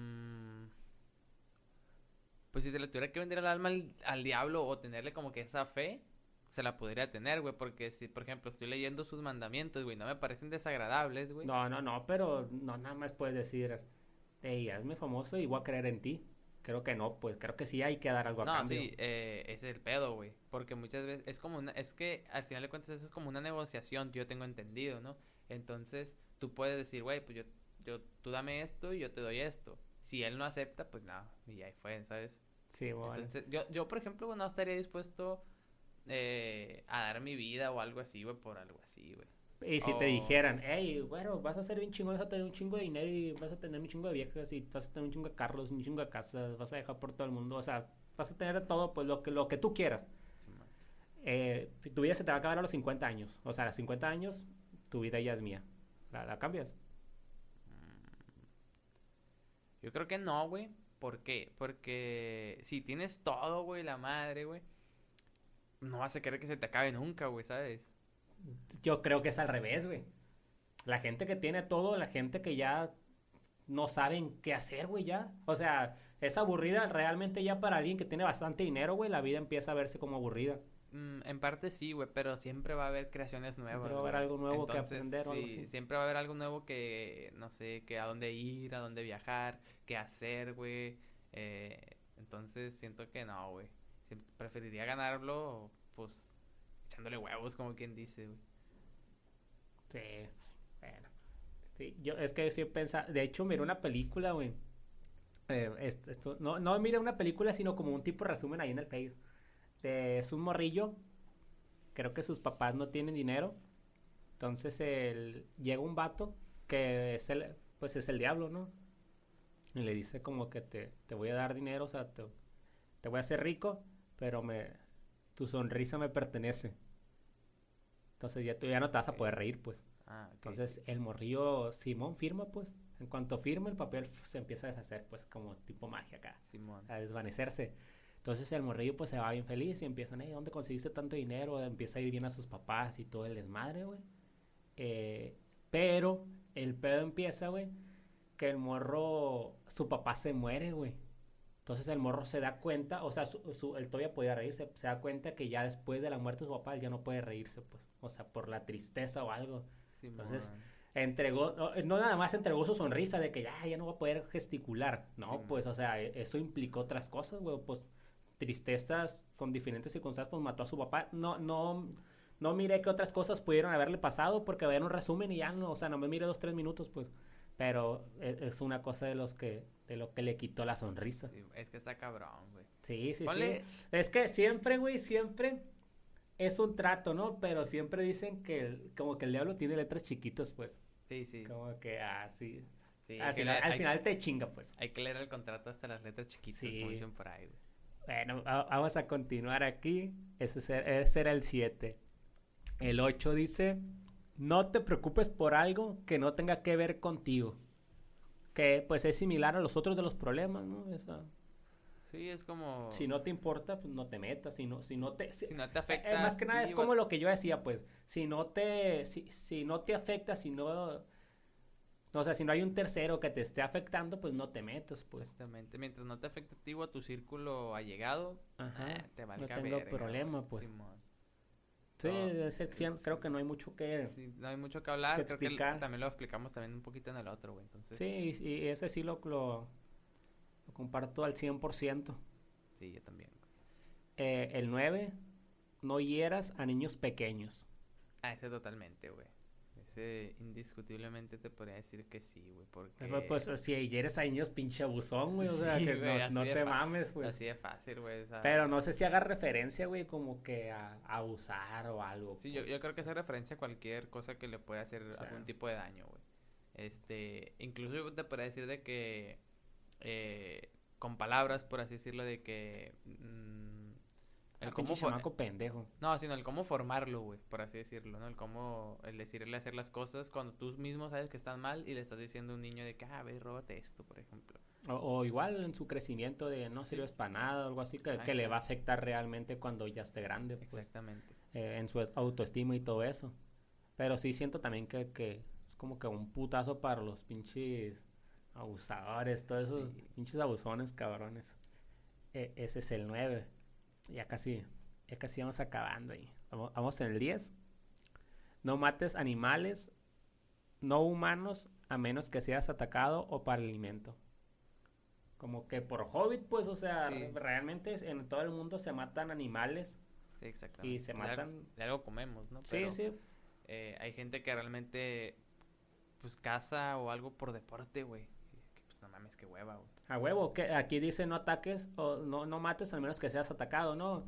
Pues si se le tuviera que vender el alma al diablo o tenerle como que esa fe, se la podría tener, güey. Porque si, por ejemplo, estoy leyendo sus mandamientos, güey, no me parecen desagradables, güey. No, pero no nada más puedes decir, hey, hazme famoso y voy a creer en ti. Creo que no, pues creo que sí hay que dar algo a No, cambio. sí, ese es el pedo, güey. Porque muchas veces es como es que al final de cuentas eso es como una negociación, yo tengo entendido, ¿no? Entonces tú puedes decir, güey, pues tú dame esto y yo te doy esto. Si él no acepta, pues nada, y ahí fue, ¿sabes? Sí, bueno. Entonces yo por ejemplo, no estaría dispuesto a dar mi vida o algo así, güey, por algo así, güey. Y si te O... dijeran, hey, bueno, vas a ser bien chingón, vas a tener un chingo de dinero y vas a tener un chingo de viejas y vas a tener un chingo de carros, un chingo de casas, vas a dejar por todo el mundo, o sea, vas a tener todo, pues lo que tú quieras. Sí, man. Tu vida se te va a acabar a los 50 años, o sea, a los 50 años, tu vida ya es mía. ¿La cambias? Yo creo que no, güey. ¿Por qué? Porque si tienes todo, güey, la madre, güey, no vas a querer que se te acabe nunca, güey, ¿sabes? Yo creo que es al revés, güey. La gente que tiene todo, la gente que ya no saben qué hacer, güey, ya. O sea, es aburrida realmente ya para alguien que tiene bastante dinero, güey. La vida empieza a verse como aburrida. En parte sí, güey, pero siempre va a haber creaciones nuevas, Siempre va a haber güey. algo nuevo que Entonces, aprender o algo sí, así. siempre va a haber algo nuevo que, no sé, que a dónde ir, a dónde viajar, qué hacer, güey. Entonces, siento que no, güey. Preferiría ganarlo, pues, echándole huevos, como quien dice, güey. Sí, bueno. Sí, yo es que sí pensaba. De hecho, miré una película, güey. No miré una película, sino como un tipo de resumen ahí en el Face. Es un morrillo. Creo que sus papás no tienen dinero. Entonces llega un vato que pues es el diablo, ¿no? Y le dice como que te voy a dar dinero, o sea, te voy a hacer rico, pero tu sonrisa me pertenece. Entonces ya tú ya no te vas a Ok. poder reír, pues. Ah, ok. Entonces el morrillo Simón firma, pues. En cuanto firma, el papel se empieza a deshacer, pues, como tipo magia acá, Simón. a desvanecerse. Entonces el morrillo, pues, se va bien feliz y empiezan, ¿dónde conseguiste tanto dinero? Empieza a ir bien a sus papás y todo el desmadre, güey. Eh, pero el pedo empieza, güey, que el morro, su papá se muere, güey. Entonces el morro se da cuenta, o sea, él todavía podía reírse, se da cuenta que ya después de la muerte de su papá él ya no puede reírse, pues. O sea, por la tristeza o algo. Entonces Simón. entregó, no nada más entregó su sonrisa de que ya no va a poder gesticular. No, Simón. pues, o sea, eso implicó otras cosas, güey. Pues tristezas con diferentes circunstancias, pues mató a su papá. No miré qué otras cosas pudieron haberle pasado porque vean un resumen y ya no, o sea, no me miré 2, 3 minutos, pues. Pero es una cosa de lo que le quitó la sonrisa. Sí, es que está cabrón, güey. Sí, sí, sí. Ponle... Es que siempre, güey, siempre es un trato, ¿no? Pero siempre dicen que como que el diablo tiene letras chiquitas, pues. Sí, sí. Como que, sí. Sí, Al final te chinga, pues. hay que leer el contrato hasta las letras chiquitas, como Sí. dicen por ahí, güey. Bueno, vamos a continuar aquí. Ese era el 7. El 8 dice, no te preocupes por algo que no tenga que ver contigo. Que pues es similar a los otros de los problemas, ¿no? Sí, es como... Si no te importa, pues no te metas. Si no te... Si no te afecta más a que nada ti, es como lo que yo decía, pues. Si no te afecta, o sea, si no hay un tercero que te esté afectando, pues no te metas, pues. Exactamente. Mientras no te afecte a ti o a tu círculo allegado, Ajá. te No valga tengo verga, problema, güey. pues. Simón. Sí, No, creo que no hay mucho que no hay mucho que hablar. Creo que explicar. también lo explicamos también un poquito en el otro, güey. Entonces, Sí, y ese sí lo comparto al 100%. sí, yo también. El 9, no hieras a niños pequeños. Ese totalmente, güey. ese indiscutiblemente te podría decir que sí, güey, porque... Pues si eres a niños pinche abusón, güey, o sea, Sí, que güey, no te mames, güey. Así de fácil, güey, o sea... Pero no sé si haga referencia, güey, como que a abusar o algo. Sí, pues, yo creo que hace referencia a cualquier cosa que le pueda hacer o sea, algún tipo de daño, güey. Incluso yo te podría decir de que, con palabras, por así decirlo, de que... el pinche chamaco pendejo. No, sino el cómo formarlo, güey, por así decirlo, ¿no? El decirle hacer las cosas cuando tú mismo sabes que están mal y le estás diciendo a un niño de que, ve, róbate esto, por ejemplo. O igual en su crecimiento de no sirves para nada o algo así que le va a afectar realmente cuando ya esté grande. Pues, exactamente. En su autoestima y todo eso. Pero sí siento también que es como que un putazo para los pinches abusadores, todos esos pinches abusones, cabrones. Ese es el 9. Ya casi vamos acabando ahí. Vamos en el 10. No mates animales no humanos a menos que seas atacado o para alimento. Como que por hobby, pues, o sea, realmente en todo el mundo se matan animales. Sí, exactamente. Y se matan... De algo comemos, ¿no? Sí, pero, sí. Hay gente que realmente, pues, caza o algo por deporte, güey. Pues, no mames, qué hueva, güey. A huevo, que aquí dice no ataques o no mates al menos que seas atacado, ¿no?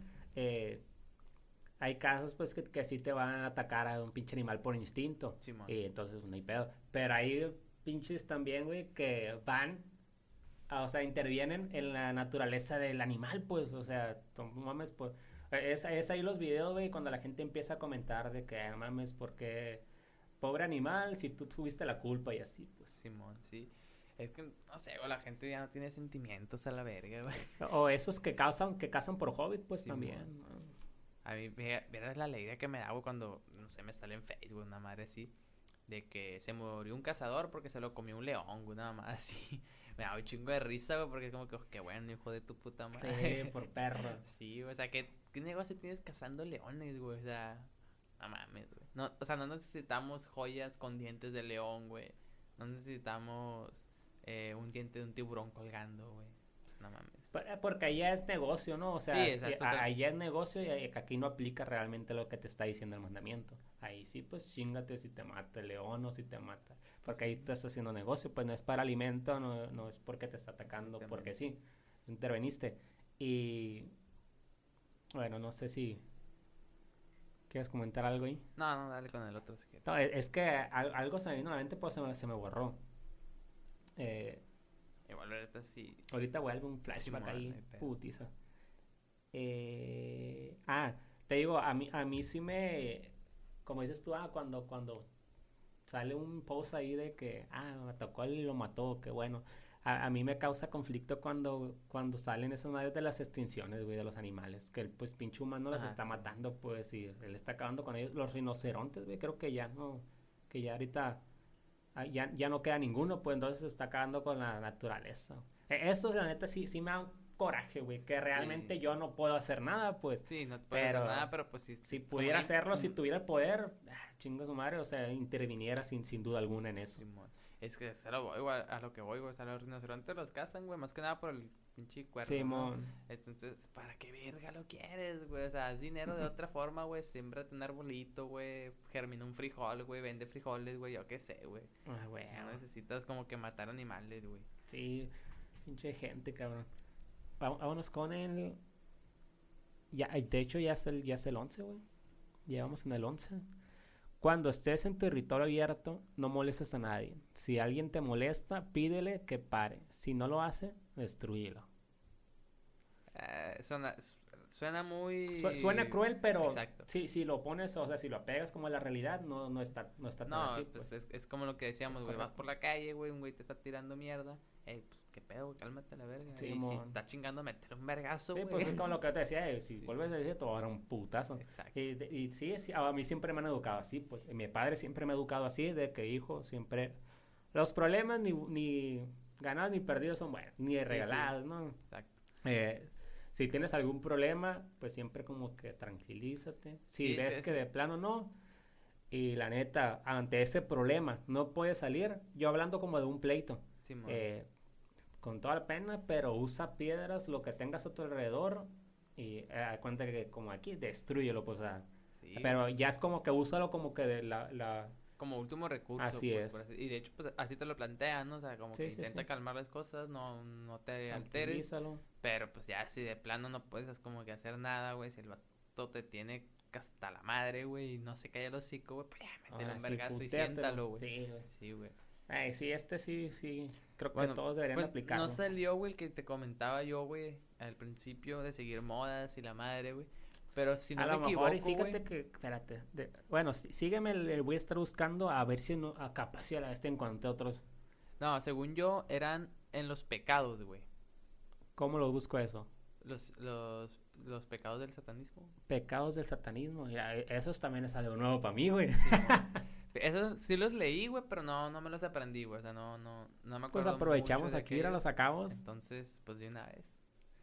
Hay casos pues que sí te van a atacar a un pinche animal por instinto. Sí, y entonces no hay pedo. Pero hay pinches también, güey, que van, o sea, intervienen en la naturaleza del animal, pues, o sea, no mames, pues. Es ahí los videos, güey, cuando la gente empieza a comentar de que, no mames, porque pobre animal, si tú tuviste la culpa y así, pues. Simón, sí. Es que, no sé, güey, la gente ya no tiene sentimientos a la verga, güey. O esos que cazan por hobby, pues, sí, también, ¿no? A mí, verás la alegría que me da, güey, cuando, no sé, me sale en Facebook una madre así, de que se murió un cazador porque se lo comió un león, güey, nada más así. Me da un chingo de risa, güey, porque es como que, qué bueno, hijo de tu puta madre. Sí, por perro. Sí, o sea, ¿qué negocio tienes cazando leones, güey? O sea, no mames, güey. No, o sea, no necesitamos joyas con dientes de león, güey. No necesitamos un diente de un tiburón colgando, güey. Pues no mames. Porque allá es negocio, ¿no? O sea, sí, exacto, allá es negocio y aquí no aplica realmente lo que te está diciendo el mandamiento. Ahí sí, pues chingate si te mata el león o si te mata. Porque ahí te estás haciendo negocio, pues no es para alimento, no es porque te está atacando, porque sí, interveniste. Y bueno, no sé si ¿quieres comentar algo ahí? No, dale con el otro si quieres. No, es que algo se me vino a la mente, pues se me borró. Igual ahorita sí. Ahorita vuelve un flashback ahí, putiza. Te digo, a mí sí me, como dices tú, cuando sale un post ahí de que, me atacó él y lo mató, qué bueno. A mí me causa conflicto cuando salen esas madres de las extinciones, güey, de los animales. Que el pues pinche humano los está matando, pues, y él está acabando con ellos. Los rinocerontes, güey, creo que ya no, que ya ahorita ya no queda ninguno, pues entonces se está acabando con la naturaleza. Eso, la neta, sí me da un coraje, güey, que realmente yo no puedo hacer nada, pues. Sí, no puedo hacer nada, pero pues sí. Si pudiera hacerlo, si tuviera el poder, chingo su madre, o sea, interviniera sin duda alguna en eso. Simón. Es que a lo que voy, güey, o sea, los rinocerontes los cazan, güey, más que nada por el pinche cuerno, Simón. ¿no? Entonces, ¿para qué verga lo quieres, güey? O sea, es dinero de otra forma, güey, siémbrate un arbolito, güey, germina un frijol, güey, vende frijoles, güey, yo qué sé, güey. Güey. No necesitas como que matar animales, güey. Sí, pinche gente, cabrón. Vámonos con el... Ya, de hecho, ya es el 11, güey. Llevamos en el 11. Cuando estés en territorio abierto, no molestes a nadie. Si alguien te molesta, pídele que pare. Si no lo hace, destrúyelo. Suena muy... Suena cruel, pero exacto. Si lo pones, o sea, si lo apegas como a la realidad, no está tan así. Pues es como lo que decíamos, güey. Vas por la calle, güey, un güey te está tirando mierda. Pues, ¿qué pedo, güey? Cálmate la verga. Sí, y si está chingando, meter un vergazo, güey. Sí, pues es como lo que te decía, si vuelves a decir, te va a dar un putazo. Exacto. Y sí, a mí siempre me han educado así, pues. Mi padre siempre me ha educado así, de que, hijo, siempre... Los problemas ni ganados ni perdidos son buenos, ni regalados, ¿no? Exacto. Si tienes algún problema, pues siempre como que tranquilízate. Si ves que de plano no, y la neta, ante ese problema no puedes salir, yo hablando como de un pleito, con toda la pena, pero usa piedras, lo que tengas a tu alrededor, y cuenta que como aquí, destrúyelo, pues, pero ya es como que úsalo como que de como último recurso. Así pues, es. Y de hecho, pues así te lo plantean, ¿no? O sea, como Sí, que sí, intenta sí. calmar las cosas, no te alteres. Tranquilízalo. Pero pues ya si de plano no puedes como que hacer nada, güey, si el vato te tiene hasta la madre, güey, y no se cae el hocico, güey, pues ya métele Ahora un sí, vergazo y putéatelo. siéntalo, güey. Sí, güey. Sí, güey. Ay, sí, sí. Creo que Bueno, todos deberían pues aplicarlo. no salió, güey, el que te comentaba yo, güey, al principio de seguir modas y la madre, güey. Pero si no a me lo mejor, equivoco, y fíjate güey. que, espérate, bueno, sígueme, voy a estar buscando a ver si no, a capaz si a la vez te encontré otros. No, según yo, eran en los pecados, güey. ¿Cómo lo busco eso? Los pecados del satanismo. Pecados del satanismo, mira, esos también es algo nuevo para mí, güey. Sí, esos sí los leí, güey, pero no me los aprendí, güey. O sea, no me Pues acuerdo aprovechamos mucho de aquí, ahora los aquellos. sacamos. Entonces, pues de una vez.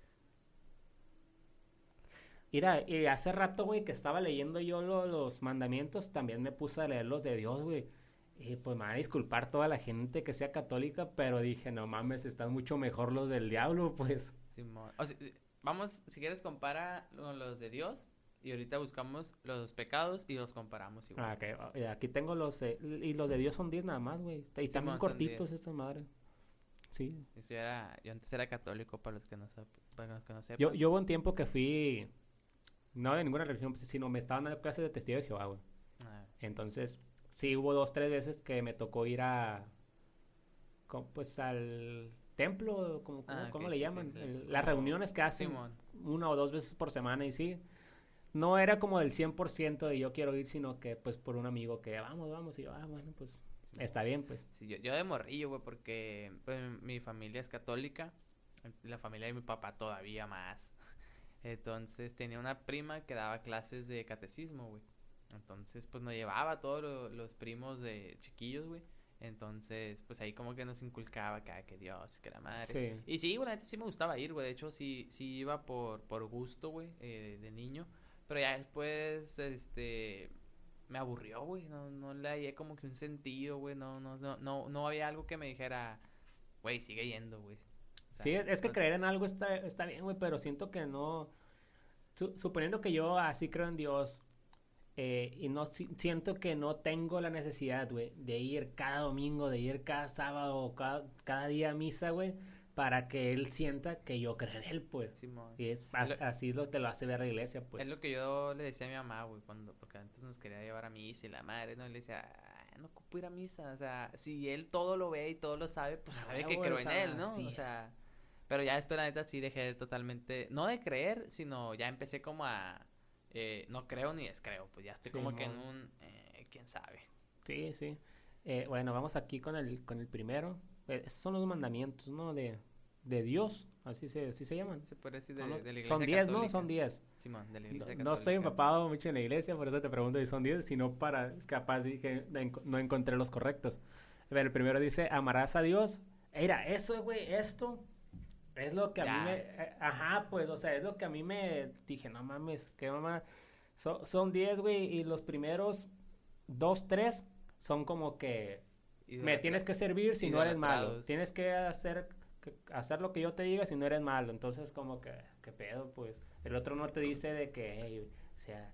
Mira, y hace rato, güey, que estaba leyendo yo los mandamientos, también me puse a leer los de Dios, güey. Y pues me va a disculpar toda la gente que sea católica, pero dije, no mames, están mucho mejor los del diablo, pues. Simón. O sea, vamos, si quieres, compara los de Dios. Y ahorita buscamos los pecados y los comparamos igual. Ah, ok, aquí tengo y los de Dios son 10 nada más, güey. Y están bien Simón, son cortitos 10. estas madres. Sí. Yo antes era católico, para los que no sepan. Yo hubo un tiempo que fui, no de ninguna religión, pues, sino me estaban dando clases de testigo de Jehová, güey. Ah, Entonces, sí hubo 2, 3 veces que me tocó ir pues al templo, ¿cómo ok, le sí, llaman? sí, es Las como- reuniones que hacen Simón. 1 o 2 veces por semana y sí. No era como del 100% de yo quiero ir, sino que pues por un amigo que vamos, y yo, bueno, pues está bien, pues. Sí, yo de morrillo, güey, porque pues, mi familia es católica. La familia de mi papá todavía más. Entonces tenía una prima que daba clases de catecismo, güey. Entonces, pues nos llevaba a todos los primos de chiquillos, güey. Entonces, pues ahí como que nos inculcaba que Dios, que la madre. Sí. Y sí, güey, la neta sí me gustaba ir, güey. De hecho, sí iba por gusto, güey, de niño. Pero ya después, me aburrió, güey. No le hallé como que un sentido, güey. No había algo que me dijera, güey, sigue yendo, güey. O sea, Sí, es que no- creer en algo está bien, güey, pero siento que no. Suponiendo que yo así creo en Dios, y no siento que no tengo la necesidad, güey, de ir cada domingo, de ir cada sábado, cada día a misa, güey, para que él sienta que yo creo en él, pues. Simón. Y así te lo hace ver la iglesia, pues. Es lo que yo le decía a mi mamá, güey, porque antes nos quería llevar a misa y la madre, ¿no? Y le decía, no ocupo ir a misa, o sea, si él todo lo ve y todo lo sabe, pues Ah, sabe güey, que creo o en sea, él, ¿no? sí. O sea, pero ya después la neta sí dejé totalmente, no de creer, sino ya empecé como no creo ni descreo, pues ya estoy como que en Simón. un, quién sabe. Sí. Bueno, vamos aquí con el primero. Esos son los mandamientos, ¿no? De Dios, así se llaman. Se puede decir ¿O no? de la iglesia Son 10, ¿no? católica. Son 10. Simón, de la No, iglesia no estoy católica. empapado mucho en la iglesia, por eso te pregunto si son 10, sino para capaz dije no encontré los correctos. A ver, el primero dice, amarás a Dios. Mira, eso, güey, esto es lo que a mí Ya. ajá, pues, o sea, es lo que a mí me dije, no mames, qué mamá. Son 10, güey, y los primeros 2, 3 son como que me tienes que servir si no eres malo. idolatrados. Tienes que hacer lo que yo te diga si no eres malo. Entonces, como que, ¿qué pedo? Pues, el otro no te dice de que, hey, o sea,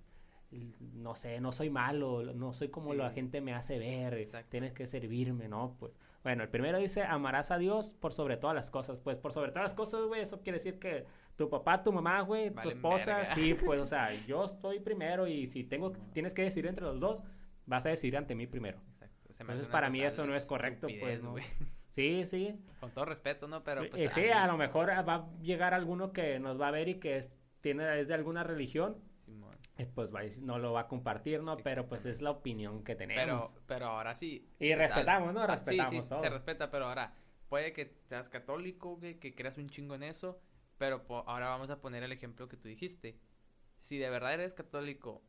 no sé, no soy malo, no soy como Sí. la gente me hace ver, Exacto. tienes que servirme, ¿no? Pues, bueno, el primero dice, amarás a Dios por sobre todas las cosas. Pues, por sobre todas las cosas, güey, eso quiere decir que tu papá, tu mamá, güey, tu Valen esposa, verga. sí, pues, o sea, yo estoy primero y si tienes que decidir entre los dos, vas a decidir ante mí primero. Exacto. Se me Entonces, hace para una mí total eso no es correcto, pues, estupidez, ¿no? güey. Sí. Con todo respeto, ¿no? Pero pues Sí, a lo mejor va a llegar alguno que nos va a ver y que es de alguna religión, Simón. pues no lo va a compartir, ¿no? Pero pues es la opinión que tenemos. Pero ahora sí. Y respetamos, ¿no? Sí, Respetamos todo. se respeta, pero ahora puede que seas católico, güey, que creas un chingo en eso, pero ahora vamos a poner el ejemplo que tú dijiste. Si de verdad eres católico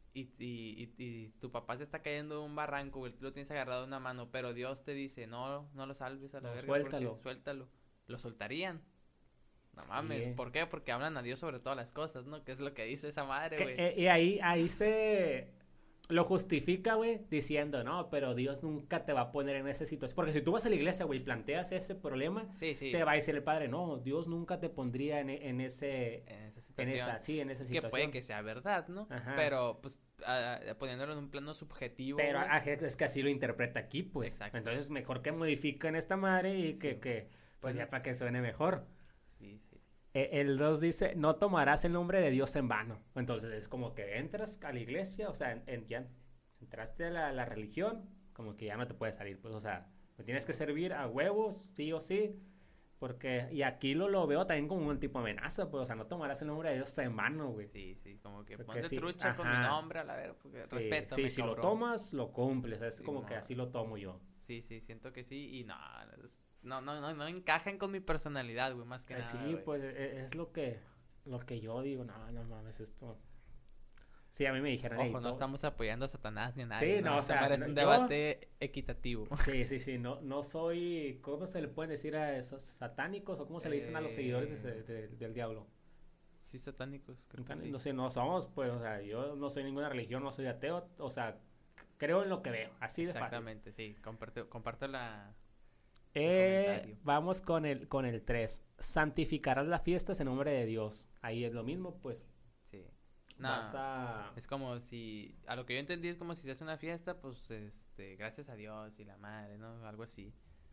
y tu papá se está cayendo de un barranco, güey, tú lo tienes agarrado de una mano, pero Dios te dice, no lo salves a la No, verga, suéltalo. porque suéltalo. Lo soltarían. No Sí. mames, ¿por qué? Porque hablan a Dios sobre todas las cosas, ¿no? Que es lo que dice esa madre, güey. Y ahí se lo justifica, güey, diciendo, no, pero Dios nunca te va a poner en esa situación. Porque si tú vas a la iglesia, güey, y planteas ese problema, Sí. te va a decir el padre, no, Dios nunca te pondría en esa En esa situación. situación. Que puede que sea verdad, ¿no? Ajá. Pero, pues, poniéndolo en un plano subjetivo. Pero güey. es que así lo interpreta aquí, pues. Exacto. Entonces, mejor que modifiquen esta madre y Sí, que pues Pues, ya para que suene mejor. Sí, sí. El 2 dice, no tomarás el nombre de Dios en vano. Entonces es como que entras a la iglesia, o sea, ya entraste a la religión, como que ya no te puedes salir, pues, o sea, te tienes que servir a huevos, sí o sí, porque, y aquí lo veo también como un tipo de amenaza, pues, o sea, no tomarás el nombre de Dios en vano, güey. Sí, sí, como que Porque ponte sí, trucha con mi ajá. nombre, a la ver, porque Sí, respétame, sí, si lo cabrón. tomas, lo cumples, es Sí, como que mo. así lo tomo yo. Sí, sí, siento que sí, y no encajan con mi personalidad, güey, más que nada, Sí, güey. pues es lo que yo digo, no mames, esto. Sí, a mí me dijeron, "Ey, Ojo, no estamos apoyando a Satanás ni a Sí, nadie. no, o Este sea, madre es no, un yo- debate equitativo. Sí, no soy, ¿cómo se le pueden decir a esos satánicos o cómo se le dicen a los seguidores del diablo? Sí, satánicos, creo que sí. No sé, no somos, pues, o sea, yo no soy ninguna religión, no soy ateo, o sea, creo en lo que veo, así de fácil. Exactamente, sí. Comparto el comentario. Vamos con el 3. Santificarás las fiestas en nombre de Dios. Ahí es lo mismo, pues. Sí. No, Vas a... es como si, a lo que yo entendí es como si se hace una fiesta, pues, gracias a Dios y la madre, ¿no? Algo así.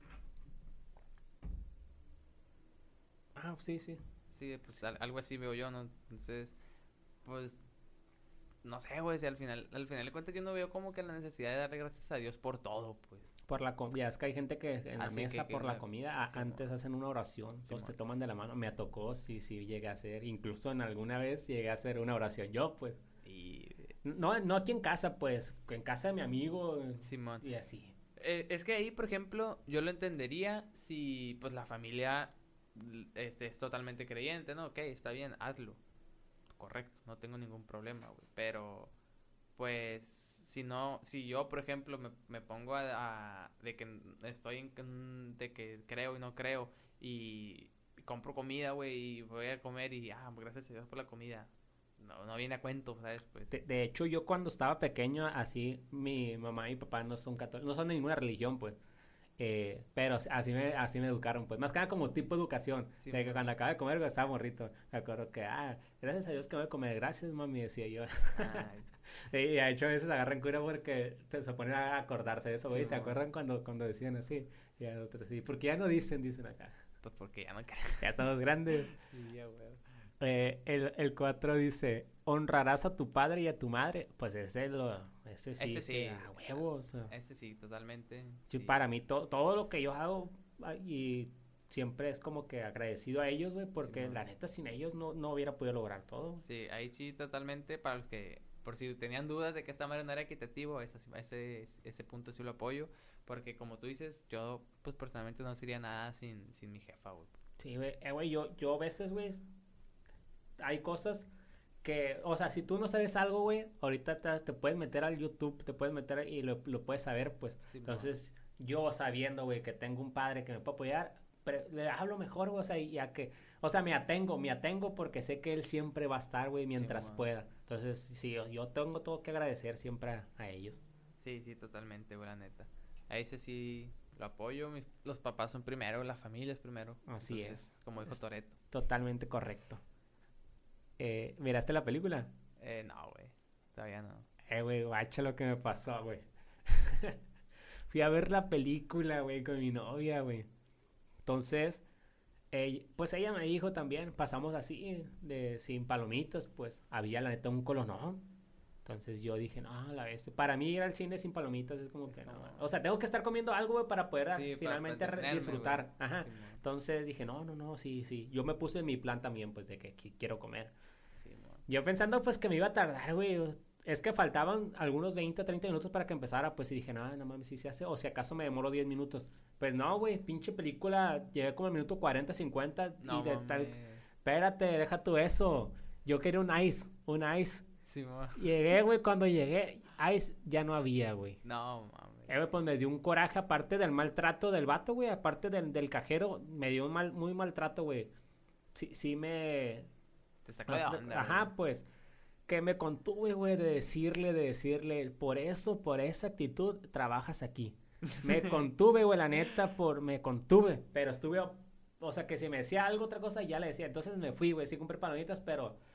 Ah, sí. Sí, pues algo así veo yo, ¿no? Entonces, pues, no sé, güey, si al final de cuentas yo no veo como que la necesidad de darle gracias a Dios por todo, pues. Por la comida, es que hay gente que en la Así mesa que por la comida sí, antes hacen una oración, Sí, todos te mon. toman de la mano, me tocó, sí llegué a hacer, incluso en alguna vez llegué a hacer una oración yo, pues, Y, no aquí en casa, pues, en casa de mi amigo Simón. y así. Es que ahí, por ejemplo, yo lo entendería si, pues, la familia es totalmente creyente, ¿no? Ok, está bien, hazlo. Correcto, no tengo ningún problema, güey. Pero, pues, si yo, por ejemplo, me pongo de que de que creo y no creo y compro comida, güey, y voy a comer y, gracias a Dios por la comida. No viene a cuento, ¿sabes? Pues, De hecho, yo cuando estaba pequeño, así, mi mamá y mi papá no son católicos, no son de ninguna religión, pues. Pero así me educaron, pues. Más que nada como tipo de educación. Sí, de que bueno. cuando acababa de comer, estaba morrito. Me acuerdo que, gracias a Dios que voy a comer. Gracias, mami, decía yo. ay, Y de hecho a veces agarran cura porque se ponen a acordarse de eso, güey. Sí, ¿Se mo. acuerdan cuando decían así? Y a otros sí. Porque ya no dicen acá. pues porque ya no creo. Ya estamos grandes. Sí, ya, güey. El 4 dice, honrarás a tu padre y a tu madre. Pues ese sí, Ese sí. a huevo. O sea, Ese sí, totalmente. sí, Sí. para mí todo lo que yo hago y siempre es como que agradecido a ellos, güey, porque Simón. la neta sin ellos no hubiera podido lograr todo. Sí, ahí sí, totalmente. Para los que, por si tenían dudas de que esta madre no era equitativo, ese punto sí lo apoyo. Porque como tú dices, yo, pues personalmente no sería nada sin mi jefa, güey. Sí, güey, yo a veces, güey, hay cosas que, o sea, si tú no sabes algo, güey, ahorita te puedes meter al YouTube, te puedes meter y lo puedes saber, pues. Sí, Entonces, yo sabiendo, güey, que tengo un padre que me puede apoyar, pero le hablo mejor, güey, o sea, ya que, o sea, me atengo porque sé que él siempre va a estar, güey, mientras man. pueda. Entonces, sí, yo tengo todo que agradecer siempre a ellos. Sí, totalmente, güey, la neta. A ese sí lo apoyo. Los papás son primero, la familia es primero. Así Entonces, es. como dijo Es Toretto. totalmente correcto. ¿Miraste la película? No, güey. Todavía no. Güey, guacha lo que me pasó, güey. Fui a ver la película, güey, con mi novia, güey. Entonces, pues ella me dijo también, pasamos así, sin palomitas, pues había la neta un colonón. Entonces yo dije, no, la vez, para mí ir al cine sin palomitas es como que no. O sea, tengo que estar comiendo algo, güey, para poder Sí, finalmente para entretenerme, disfrutar. güey. Ajá. Sí, man. Entonces dije, no, sí. Yo me puse en mi plan también, pues, de que quiero comer. Sí, man. Yo pensando, pues, que me iba a tardar, güey. Es que faltaban algunos 20, 30 minutos para que empezara, pues, y dije, no mames, si se hace. O si acaso me demoro 10 minutos. Pues no, güey, pinche película. Llegué como al minuto 40, 50 No, y de mames. tal. Espérate, deja tú eso. Yo quería un ice. Sí, man. Llegué, güey, cuando llegué, ice ya no había, güey. No, mames. Güey, pues me dio un coraje, aparte del maltrato del vato, güey, aparte del cajero, me dio muy maltrato, güey. Sí me... Te sacó de onda, Ajá, güey. pues, que me contuve, güey, de decirle, por esa actitud, trabajas aquí. Me contuve, güey, la neta, me contuve, pero estuve, o sea, que si me decía algo, otra cosa, ya le decía. Entonces me fui, güey, sí compré palomitas, pero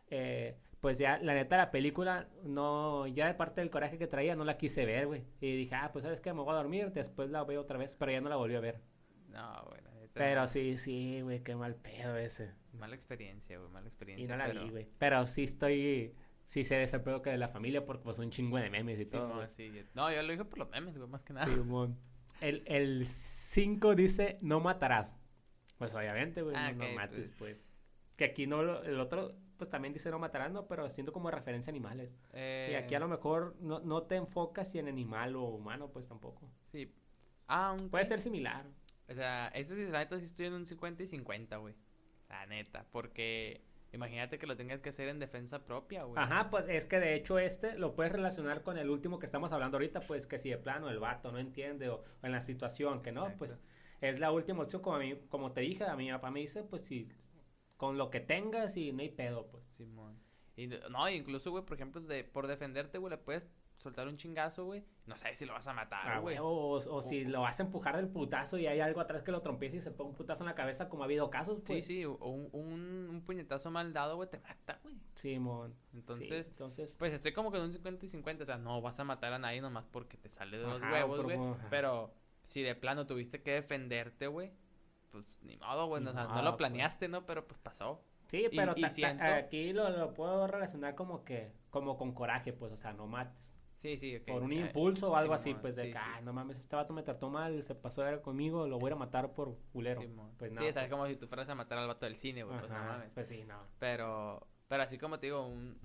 Pues ya, la neta, la película, no, ya de parte del coraje que traía, no la quise ver, güey. Y dije, pues, ¿sabes qué? Me voy a dormir, después la veo otra vez, pero ya no la volví a ver. No, güey, la neta Pero no. sí, güey, qué mal pedo ese. Mala experiencia, güey, mala Y experiencia, no la vi, pero... güey. Pero sí sé de ese pedo que de la familia, porque pues un chingo de memes y todo, güey. Simón, sí. No, yo lo dije por los memes, güey, más que nada. Simón. El 5 dice, no matarás. Pues obviamente, güey, Ah, no ok, mates, pues... pues. Que aquí no, el otro, pues también dice no matarás, ¿no? Pero siento como referencia a animales. Y aquí a lo mejor no te enfocas si en animal o humano, pues tampoco. Sí. Ah, Puede ser similar. O sea, eso sí, la neta sí estoy en un 50 y 50, güey. La neta, porque imagínate que lo tengas que hacer en defensa propia, güey. Ajá, pues es que de hecho lo puedes relacionar con el último que estamos hablando ahorita, pues que si de plano el vato no entiende o en la situación que no, Exacto. pues es la última opción, como te dije, a mi papá me dice, pues si con lo que tengas y no hay pedo, pues. Simón. Y no, incluso, güey, por ejemplo, por defenderte, güey, le puedes soltar un chingazo, güey. No sabes si lo vas a matar, güey. O si lo vas a empujar del putazo y hay algo atrás que lo trompiece y se pone un putazo en la cabeza, como ha habido casos, Sí, pues. sí, o un puñetazo mal dado, güey, te mata, güey. Simón. Entonces, Sí, entonces, pues estoy como que en un 50 y 50, o sea, no vas a matar a nadie nomás porque te sale de los ajá, huevos, güey. ajá. Pero si de plano tuviste que defenderte, güey, pues ni modo, güey, Ni o sea, no modo, lo pues. planeaste, ¿no? Pero pues pasó. Sí, pero Siento... aquí lo puedo relacionar como con coraje, pues, o sea, no mates. Sí, ok. Por un impulso o algo así, Simón, pues de sí, que, sí. no mames, este vato me trató mal, se pasó de ver conmigo, lo voy a ir a matar por culero. Simón. Pues no. Sí, o sea, pues, es como si tú fueras a matar al vato del cine, güey, pues no ajá, mames. pues sí, no. Pero así como te digo,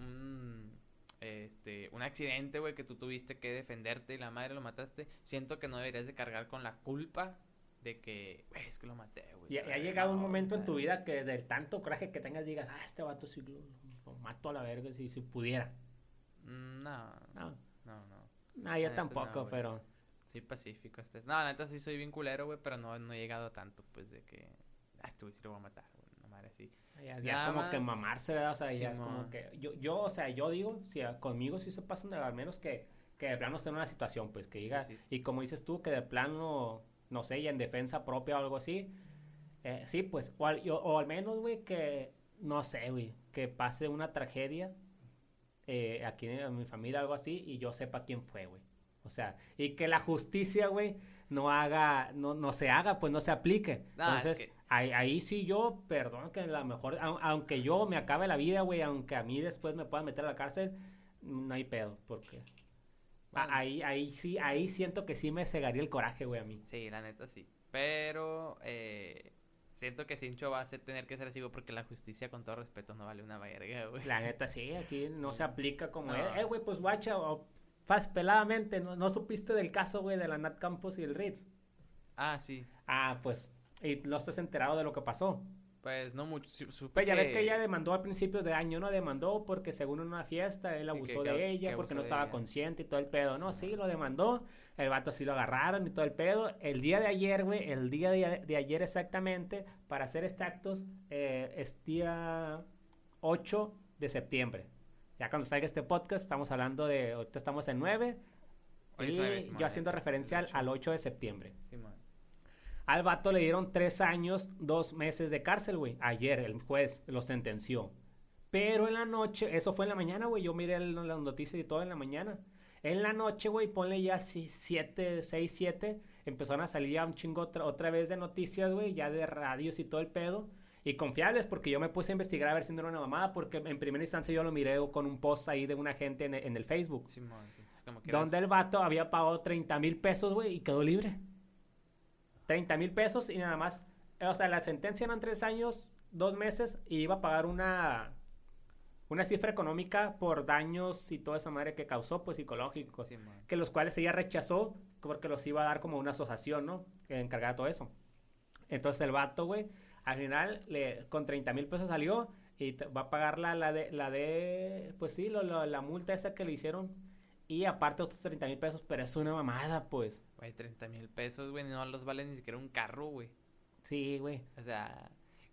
un accidente, güey, que tú tuviste que defenderte y la madre lo mataste, siento que no deberías de cargar con la culpa de que, güey, es que lo maté, güey. Y ha llegado un No, momento o en sea, tu vida que del tanto coraje que tengas digas, este vato sí lo mato a la verga si pudiera. No, No, no. no, yo La neta tampoco, no, güey. pero Sí, pacífico este. No, la neta sí soy bien culero, güey, pero no he llegado a tanto, pues, de que, este güey sí lo voy a matar, güey, una madre así. ya es Nada como que más- mamarse, ¿verdad? O sea, ya es Simón. como que, o sea, yo digo, si conmigo sí se pasan de al menos que de plano esté en una situación, pues, que diga, Sí. y como dices tú, que de plano, no sé, ya en defensa propia o algo así, sí, pues, o al menos, güey, que, no sé, güey, que pase una tragedia aquí en mi familia, algo así, y yo sepa quién fue, güey. O sea, y que la justicia, güey, no se haga, pues no se aplique. No, Entonces, es que- ahí sí yo, perdón, que a lo mejor, aunque yo me acabe la vida, güey, aunque a mí después me puedan meter a la cárcel, no hay pedo, porque Bueno. ahí siento que sí me cegaría el coraje, güey, a mí. Sí, la neta sí. Pero siento que Sincho va a tener que ser así, güey, porque la justicia, con todo respeto, no vale una verga, güey. La neta sí, aquí no se aplica como, No. güey, pues guacha, o peladamente, no supiste del caso, güey, de la Nat Campos y el Ritz. Ah, sí. Pues, y no estás enterado de lo que pasó. Pues no mucho. Supe Pues ya ves que ella demandó a principios de año, ¿no? Demandó porque según en una fiesta él Sí, abusó que de ella, abusó porque no de estaba ella. consciente y todo el pedo, ¿no? Sí, Sí, lo demandó, el vato sí lo agarraron y todo el pedo. El día de ayer, güey, el día de ayer exactamente, para ser exactos, es día 8 de septiembre. Ya cuando salga este podcast, estamos hablando de, ahorita estamos en 9, Hoy es y 9, Simón, yo haciendo referencia el 8. al 8 de septiembre. Simón. Al vato le dieron 3 años, 2 meses de cárcel, güey. Ayer el juez lo sentenció. Pero en la noche, eso fue en la mañana, güey. Yo miré las noticias y todo en la mañana. En la noche, güey, ponle ya 7, 6, 7. Empezaron a salir ya un chingo otra vez de noticias, güey. Ya de radios y todo el pedo. Y confiables, porque yo me puse a investigar a ver si no era una mamada. Porque en primera instancia yo lo miré con un post ahí de una gente en el Facebook. Simón, entonces como que Donde el vato había pagado 30,000 pesos, güey, y quedó libre. 30,000 pesos y nada más. O sea, la sentencia eran 3 años, 2 meses y iba a pagar una cifra económica por daños y toda esa madre que causó, pues psicológicos. Simón. Que los cuales ella rechazó porque los iba a dar como una asociación, ¿no? Que encargaba de todo eso. Entonces el vato, güey, al final con 30,000 pesos salió y va a pagar pues sí, la multa esa que le hicieron. Y aparte otros 30,000 pesos, pero es una mamada, pues. Güey, 30,000 pesos, güey, no los vale ni siquiera un carro, güey. Sí, güey. O sea,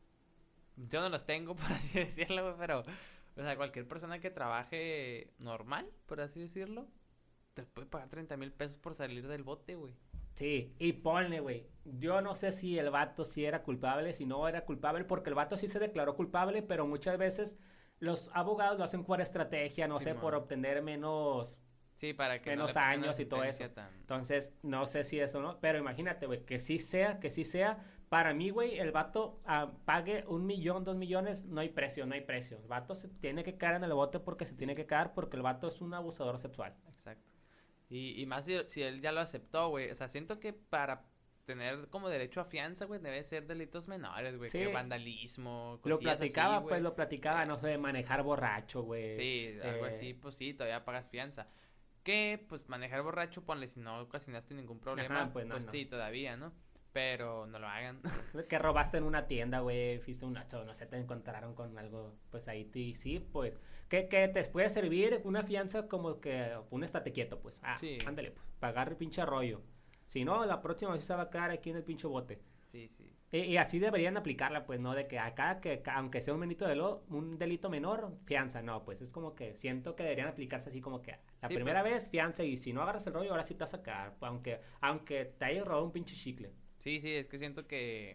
yo no los tengo, por así decirlo, güey, pero, o sea, cualquier persona que trabaje normal, por así decirlo, te puede pagar 30,000 pesos por salir del bote, güey. Sí, y ponle, güey. Yo no sé si el vato sí era culpable, si no era culpable, porque el vato sí se declaró culpable, pero muchas veces los abogados lo hacen por estrategia, no sé, por obtener menos... Sí, para que menos años y todo eso. Entonces, no sé si eso, ¿no? Pero imagínate, güey, que sí sea. Para mí, güey, el vato pague 1 millón, 2 millones, no hay precio. El vato se tiene que caer en el bote porque se tiene que caer porque el vato es un abusador sexual. Exacto. Y más si él ya lo aceptó, güey. O sea, siento que para tener como derecho a fianza, güey, debe ser delitos menores, güey. Sí. Que vandalismo, cosillas lo platicaba, no sé, manejar borracho, güey. Sí, algo así, pues sí, todavía pagas fianza. Que, pues, manejar borracho, ponle, si no ocasionaste ningún problema, ajá, pues sí, todavía, ¿no? Pero no lo hagan. Que robaste en una tienda, güey, fuiste un nacho, no sé, te encontraron con algo, pues ahí sí, pues, que te puede servir una fianza como que un estate quieto, pues, sí. Ándale, pues, pagar el pinche rollo. Si no, la próxima vez se va a quedar aquí en el pinche bote. Sí. Y así deberían aplicarla, pues, ¿no? De que acá, aunque sea un delito menor, fianza, no, pues es como que siento que deberían aplicarse así como que la primera vez, fianza, y si no agarras el rollo, ahora sí te vas a sacar, aunque te hayas robado un pinche chicle. Sí, es que siento que,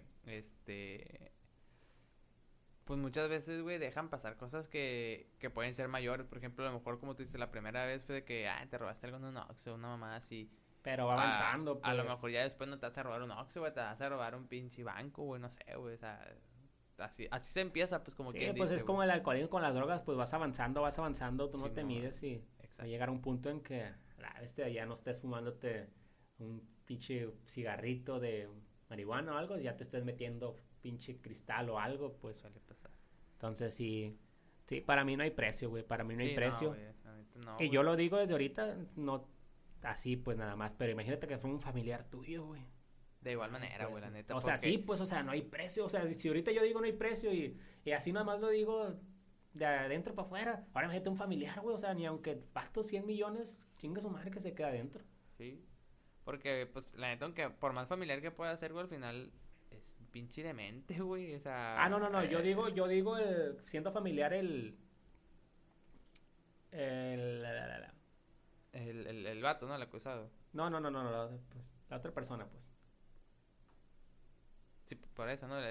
pues muchas veces, güey, dejan pasar cosas que pueden ser mayores. Por ejemplo, a lo mejor, como tú dices, la primera vez fue de que, te robaste algo en un Oxxo, una mamá así. Pero va avanzando, pues. A lo mejor ya después no te vas a robar un Oxxo, güey, te vas a robar un pinche banco, güey, no sé, güey, o sea, así se empieza, pues, como que pues dice, es como el alcoholismo con las drogas, pues vas avanzando, tú no te mides y va a llegar un punto en que ya no estés fumándote un pinche cigarrito de marihuana o algo, ya te estés metiendo pinche cristal o algo, pues suele pasar. Entonces, sí, para mí no hay precio, güey, para mí no hay precio. No, y yo lo digo desde ahorita, no así, pues, nada más. Pero imagínate que fue un familiar tuyo, güey. De igual manera, güey, la neta. O sea, sí, pues, o sea, no hay precio. O sea, si ahorita yo digo no hay precio y así nada más lo digo de adentro para afuera. Ahora imagínate un familiar, güey. O sea, ni aunque pacto 100 millones, chinga su madre que se queda adentro. Sí. Porque, pues, la neta, aunque por más familiar que pueda ser, güey, al final es pinche demente, güey. O sea... No. Yo digo siendo familiar el vato, ¿no? El acusado. No, pues, la otra persona, pues. Sí, por eso, ¿no?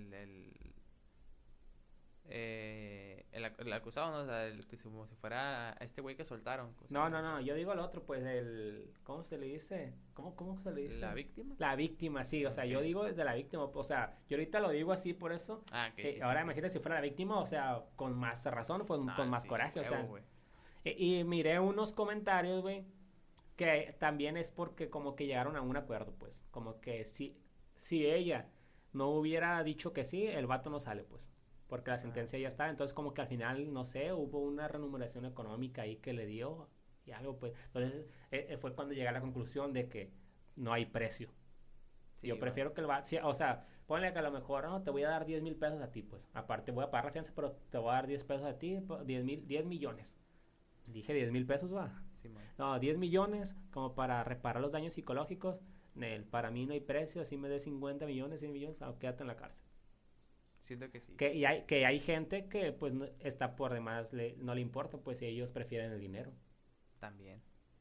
El acusado, ¿no? O sea, como si fuera este güey que soltaron. No, yo digo el otro, pues, ¿cómo se le dice? ¿Cómo se le dice? ¿La víctima? La víctima, sí, o sea, yo digo desde la víctima, o sea, yo ahorita lo digo así por eso. Ahora imagínate si fuera la víctima, o sea, con más razón, pues, con más coraje, o sea. Y miré unos comentarios, güey, que también es porque como que llegaron a un acuerdo, pues. Como que si ella no hubiera dicho que sí, el vato no sale, pues. Porque la sentencia ya estaba. Entonces como que al final, no sé, hubo una remuneración económica ahí que le dio y algo, pues. Entonces fue cuando llegué a la conclusión de que no hay precio. Sí, yo prefiero que el vato... Sí, o sea, ponle que a lo mejor no te voy a dar 10,000 pesos a ti, pues. Aparte voy a pagar la fianza, pero te voy a dar 10 pesos a ti, 10 millones. Dije 10,000 pesos, va. Sí, no, 10 millones como para reparar los daños psicológicos. Para mí no hay precio, así me dé 50 millones, 100 millones, quédate en la cárcel. Siento que sí. Que hay gente que pues está por demás, no le importa, pues si ellos prefieren el dinero. También.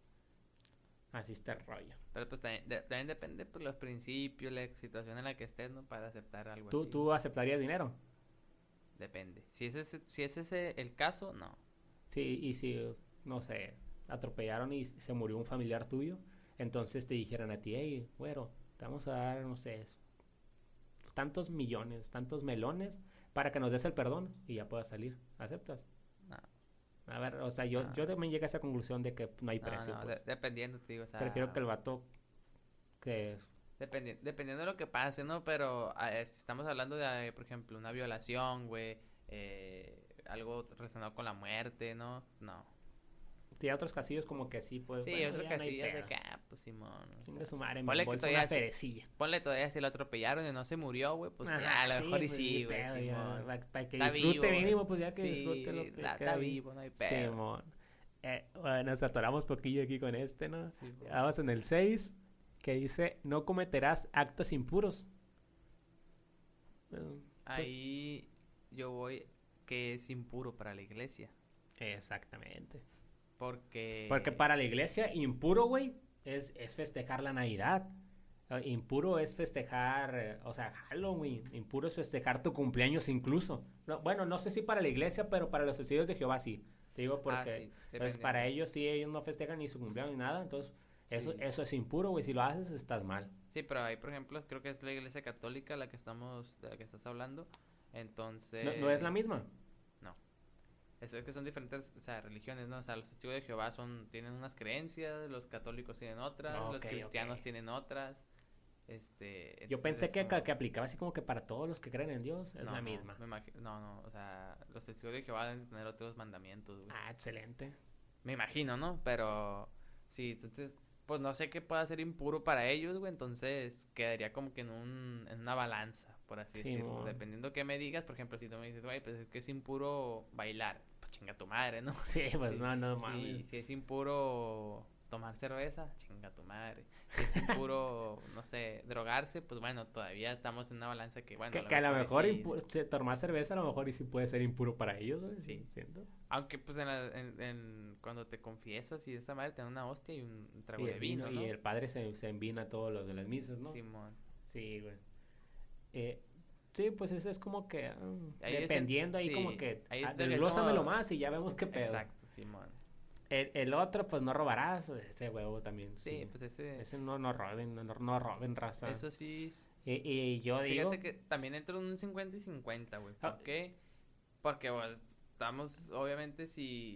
Así está el rollo. Pero pues también depende pues los principios, la situación en la que estés, ¿no? Para aceptar algo así. ¿Tú aceptarías dinero? Depende. Si es ese el caso, no. Sí, y si, no sé, atropellaron y se murió un familiar tuyo, entonces te dijeran a ti, hey, güero, te vamos a dar, no sé, tantos millones, tantos melones para que nos des el perdón y ya puedas salir. ¿Aceptas? No. A ver, o sea, yo también llegué a esa conclusión de que no hay precio. Pues. Dependiendo, te digo, o sea... Prefiero que el vato que... Dependiendo de lo que pase, ¿no? Pero si estamos hablando de, por ejemplo, una violación, güey, algo relacionado con la muerte, ¿no? No. Sí, otros casillos como que sí, pues... Sí, bueno, otros casillos de que, pues, Simón. Chingue su madre, ponle que todavía una ferecilla. Ponle todavía si lo atropellaron y no se murió, güey, pues ya, a lo mejor y sí, güey, Simón. Para que disfrute mínimo, pues ya que disfrute lo que está vivo, no hay pedo. Simón. Bueno, nos atoramos poquillo aquí con ¿no? Sí, vamos en el 6, que dice, no cometerás actos impuros. Ahí yo voy, que es impuro para la iglesia. Exactamente. Porque para la iglesia, impuro, güey, es festejar la Navidad. Impuro es festejar, o sea, Halloween. Impuro es festejar tu cumpleaños incluso. No, bueno, no sé si para la iglesia, pero para los testigos de Jehová sí. Te digo porque sí, pues, para ellos sí, ellos no festejan ni su cumpleaños ni nada. Entonces, sí. eso es impuro, güey. Si lo haces, estás mal. Sí, pero ahí, por ejemplo, creo que es la iglesia católica de la que estás hablando. Entonces... No es la misma. No. Es que son diferentes, o sea, religiones, ¿no? O sea, los testigos de Jehová tienen unas creencias, los católicos tienen otras, Ok, los cristianos ok. tienen otras. Yo Entonces pensé es como... que aplicaba así como que para todos los que creen en Dios es la misma. No, o sea, los testigos de Jehová deben tener otros mandamientos, güey. Ah, excelente. Me imagino, ¿no? Pero sí, entonces, pues no sé qué pueda ser impuro para ellos, güey. Entonces quedaría como que en una balanza, por así Sí, decirlo. mon. Dependiendo qué me digas, por ejemplo, si tú me dices, güey, pues es que es impuro bailar, pues chinga tu madre, ¿no? Sí, pues Sí, no sí, mames. si es impuro tomar cerveza, chinga tu madre. Si es impuro, no sé, drogarse, pues bueno, todavía estamos en una balanza que, bueno, Que a lo mejor sí, tomar cerveza a lo mejor y sí puede ser impuro para ellos, güey. sí. Siento. Aunque pues cuando te confiesas y de esa madre te dan una hostia y un trago Y de el vino, vino, ¿no? y el padre se envina todos los de las misas, ¿no? Simón. Sí, güey. Eh, sí, pues eso es como que Ahí dependiendo ahí como sí, que ahí es desglósamelo más y ya vemos qué pedo. Exacto, Simón. El otro, pues no robarás, ese huevo también, Sí, sí. pues ese... Ese no roben, no roben raza. Eso sí... Y yo digo... Fíjate que también entro en un 50 y 50, güey. Ah, ¿Por qué? Porque, pues, estamos, obviamente,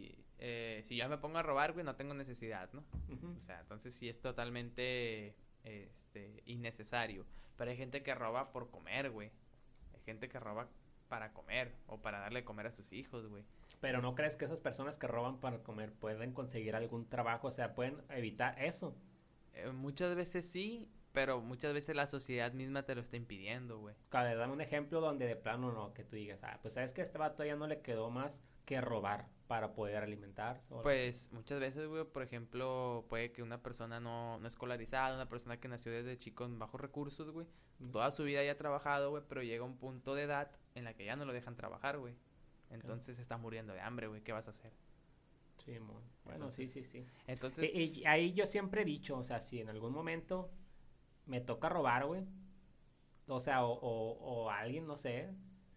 si yo me pongo a robar, güey, no tengo necesidad, ¿no? ujú. O sea, entonces sí es totalmente, innecesario. Pero hay gente que roba por comer, güey. Hay gente que roba para comer o para darle de comer a sus hijos, güey. Pero ¿no crees que esas personas que roban para comer pueden conseguir algún trabajo? O sea, pueden evitar eso. Muchas veces sí, pero muchas veces la sociedad misma te lo está impidiendo, güey. Cabe, dame un ejemplo donde de plano no, que tú digas, pues sabes que a este vato ya no le quedó más que robar para poder alimentarse o algo así. Pues muchas veces, güey, por ejemplo, puede que una persona no escolarizada, una persona que nació desde chico en bajos recursos, güey, toda su vida haya trabajado, güey, pero llega un punto de edad en la que ya no lo dejan trabajar, güey. Entonces se está muriendo de hambre, güey, ¿qué vas a hacer? Sí, mon. Bueno, Entonces, sí. Entonces, Y ahí yo siempre he dicho, o sea, si en algún momento me toca robar, güey, o sea, o alguien, no sé,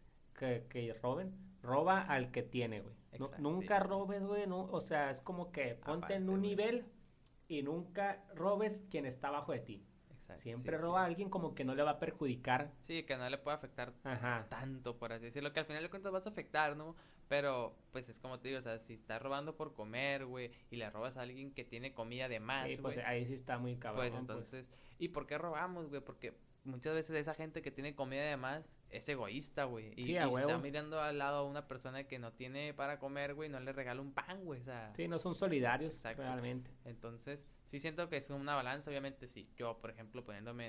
que roben, roba al que tiene, güey. exacto, sí, Nunca sí. robes, güey, no, o sea, es como que ponte en Aparte, un güey. nivel y nunca robes quien está abajo de ti. Exacto, Siempre sí, roba a sí. alguien como que no le va a perjudicar. Sí, que no le puede afectar Ajá. tanto, por así decirlo, que al final de cuentas vas a afectar, ¿no? Pero, pues es como te digo, o sea, si estás robando por comer, güey, y le robas a alguien que tiene comida de más, Sí, pues güey, ahí sí está muy cabrón, pues entonces, ¿y por qué robamos, güey? Porque muchas veces esa gente que tiene comida de más es egoísta, güey, Sí, y a está huevo. mirando al lado a una persona que no tiene para comer, güey, y no le regala un pan, güey, o sea, Sí, no son solidarios exacto. realmente. Entonces, sí siento que es una balanza, obviamente, sí. Yo, por ejemplo, poniéndome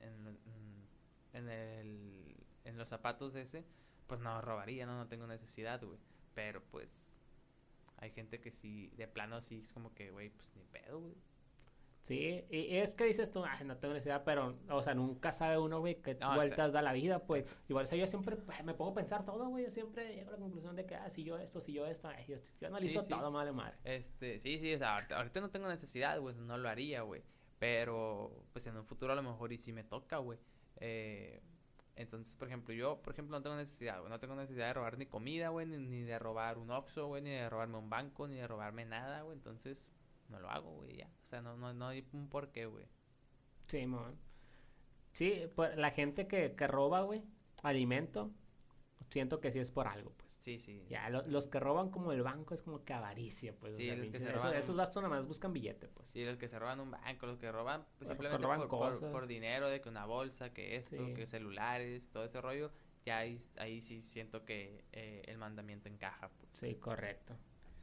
en los zapatos de ese, pues no robaría, no tengo necesidad, güey. Pero pues hay gente que sí, de plano sí es como que, güey, pues ni pedo, güey. Sí, y es que dices tú, ay, no tengo necesidad, pero, o sea, nunca sabe uno, güey, qué No, vueltas da la vida, pues. Igual, o sea, yo siempre me pongo a pensar todo, güey, yo siempre llego a la conclusión de que, si yo esto, ay, yo analizo sí, todo, madre. sí, o sea, ahorita no tengo necesidad, güey, no lo haría, güey. Pero, pues en un futuro a lo mejor y si me toca, güey. Entonces, por ejemplo, yo, por ejemplo, no tengo necesidad, güey. No tengo necesidad de robar ni comida, güey, ni de robar un Oxxo, güey, ni de robarme un banco, ni de robarme nada, güey. Entonces, no lo hago, güey, ya. O sea, no hay un porqué, güey. Sí, man. Sí, pues la gente que roba, güey, alimento, siento que sí es por algo, pues. Sí, sí. Ya, los que roban como el banco es como que avaricia, pues. Sí, O sea, los que pinches- se roban esos bastos nada más buscan billete, pues. Sí, los que se roban un banco, los que roban pues, Los que simplemente roban cosas. por dinero, de que una bolsa, que esto, Sí. que celulares, todo ese rollo, ya ahí sí siento que el mandamiento encaja, pues. Sí, correcto.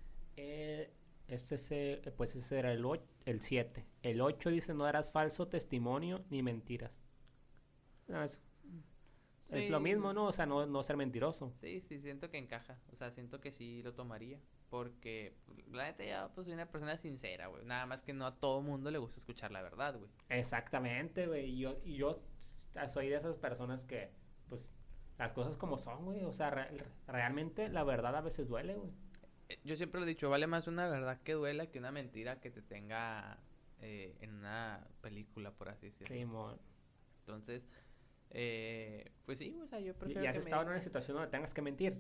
Pues ese era el 7. El 8 dice, no darás falso testimonio ni mentiras. No, es lo mismo, ¿no? O sea, no ser mentiroso. Sí, siento que encaja. O sea, siento que sí lo tomaría. Porque, la neta, yo pues soy una persona sincera, güey. Nada más que no a todo mundo le gusta escuchar la verdad, güey. Exactamente, güey. Yo soy de esas personas que, pues, las cosas como son, güey. O sea, realmente la verdad a veces duele, güey. Yo siempre lo he dicho, vale más una verdad que duela que una mentira que te tenga en una película, por así decirlo. Sí, mon. Entonces, pues sí, o sea, yo ¿Y prefiero has que estado en me... una situación donde tengas que mentir?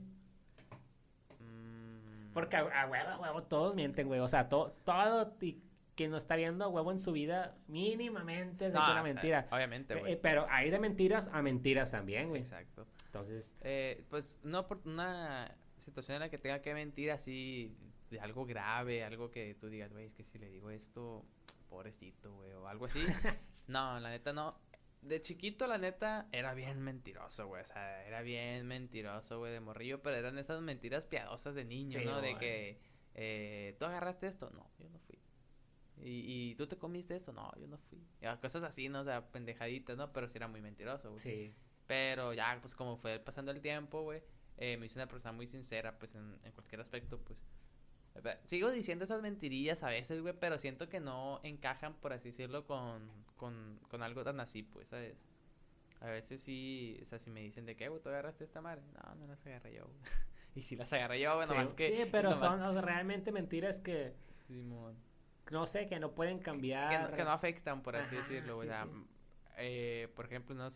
Mm, Porque a huevo, todos mienten, güey. O sea, todo que no está viendo a huevo en su vida, mínimamente es de que una no, o sea, mentira. obviamente, güey. Pero hay de mentiras a mentiras también, güey. Exacto. Entonces, Pues no por una situación en la que tenga que mentir así de algo grave, algo que tú digas, güey, es que si le digo esto, pobrecito, güey, o algo así. No, la neta no. De chiquito, la neta, era bien mentiroso, güey. O sea, era bien mentiroso, güey, de morrillo. Pero eran esas mentiras piadosas de niño, sí, ¿no? De güey. que, ¿tú agarraste esto? No, yo no fui. ¿Y tú te comiste esto? No, yo no fui. Cosas así, ¿no? O sea, pendejaditas, ¿no? Pero sí era muy mentiroso, güey. Sí. Pero ya, pues como fue pasando el tiempo, güey, me hice una persona muy sincera, pues en cualquier aspecto, pues. Sigo diciendo esas mentirillas a veces, güey, pero siento que no encajan, por así decirlo, con algo tan así, pues, ¿sabes? A veces sí, o sea, si me dicen de qué, güey, ¿tú agarraste esta madre? No, no las agarré yo, güey. Y si las agarré yo, güey, Sí, nomás que... sí, pero nomás... son o sea, realmente mentiras que, Simón. no sé, que no pueden Que cambiar. que no afectan, por así Ajá, decirlo, güey. sí, O sea, sí. por ejemplo, no,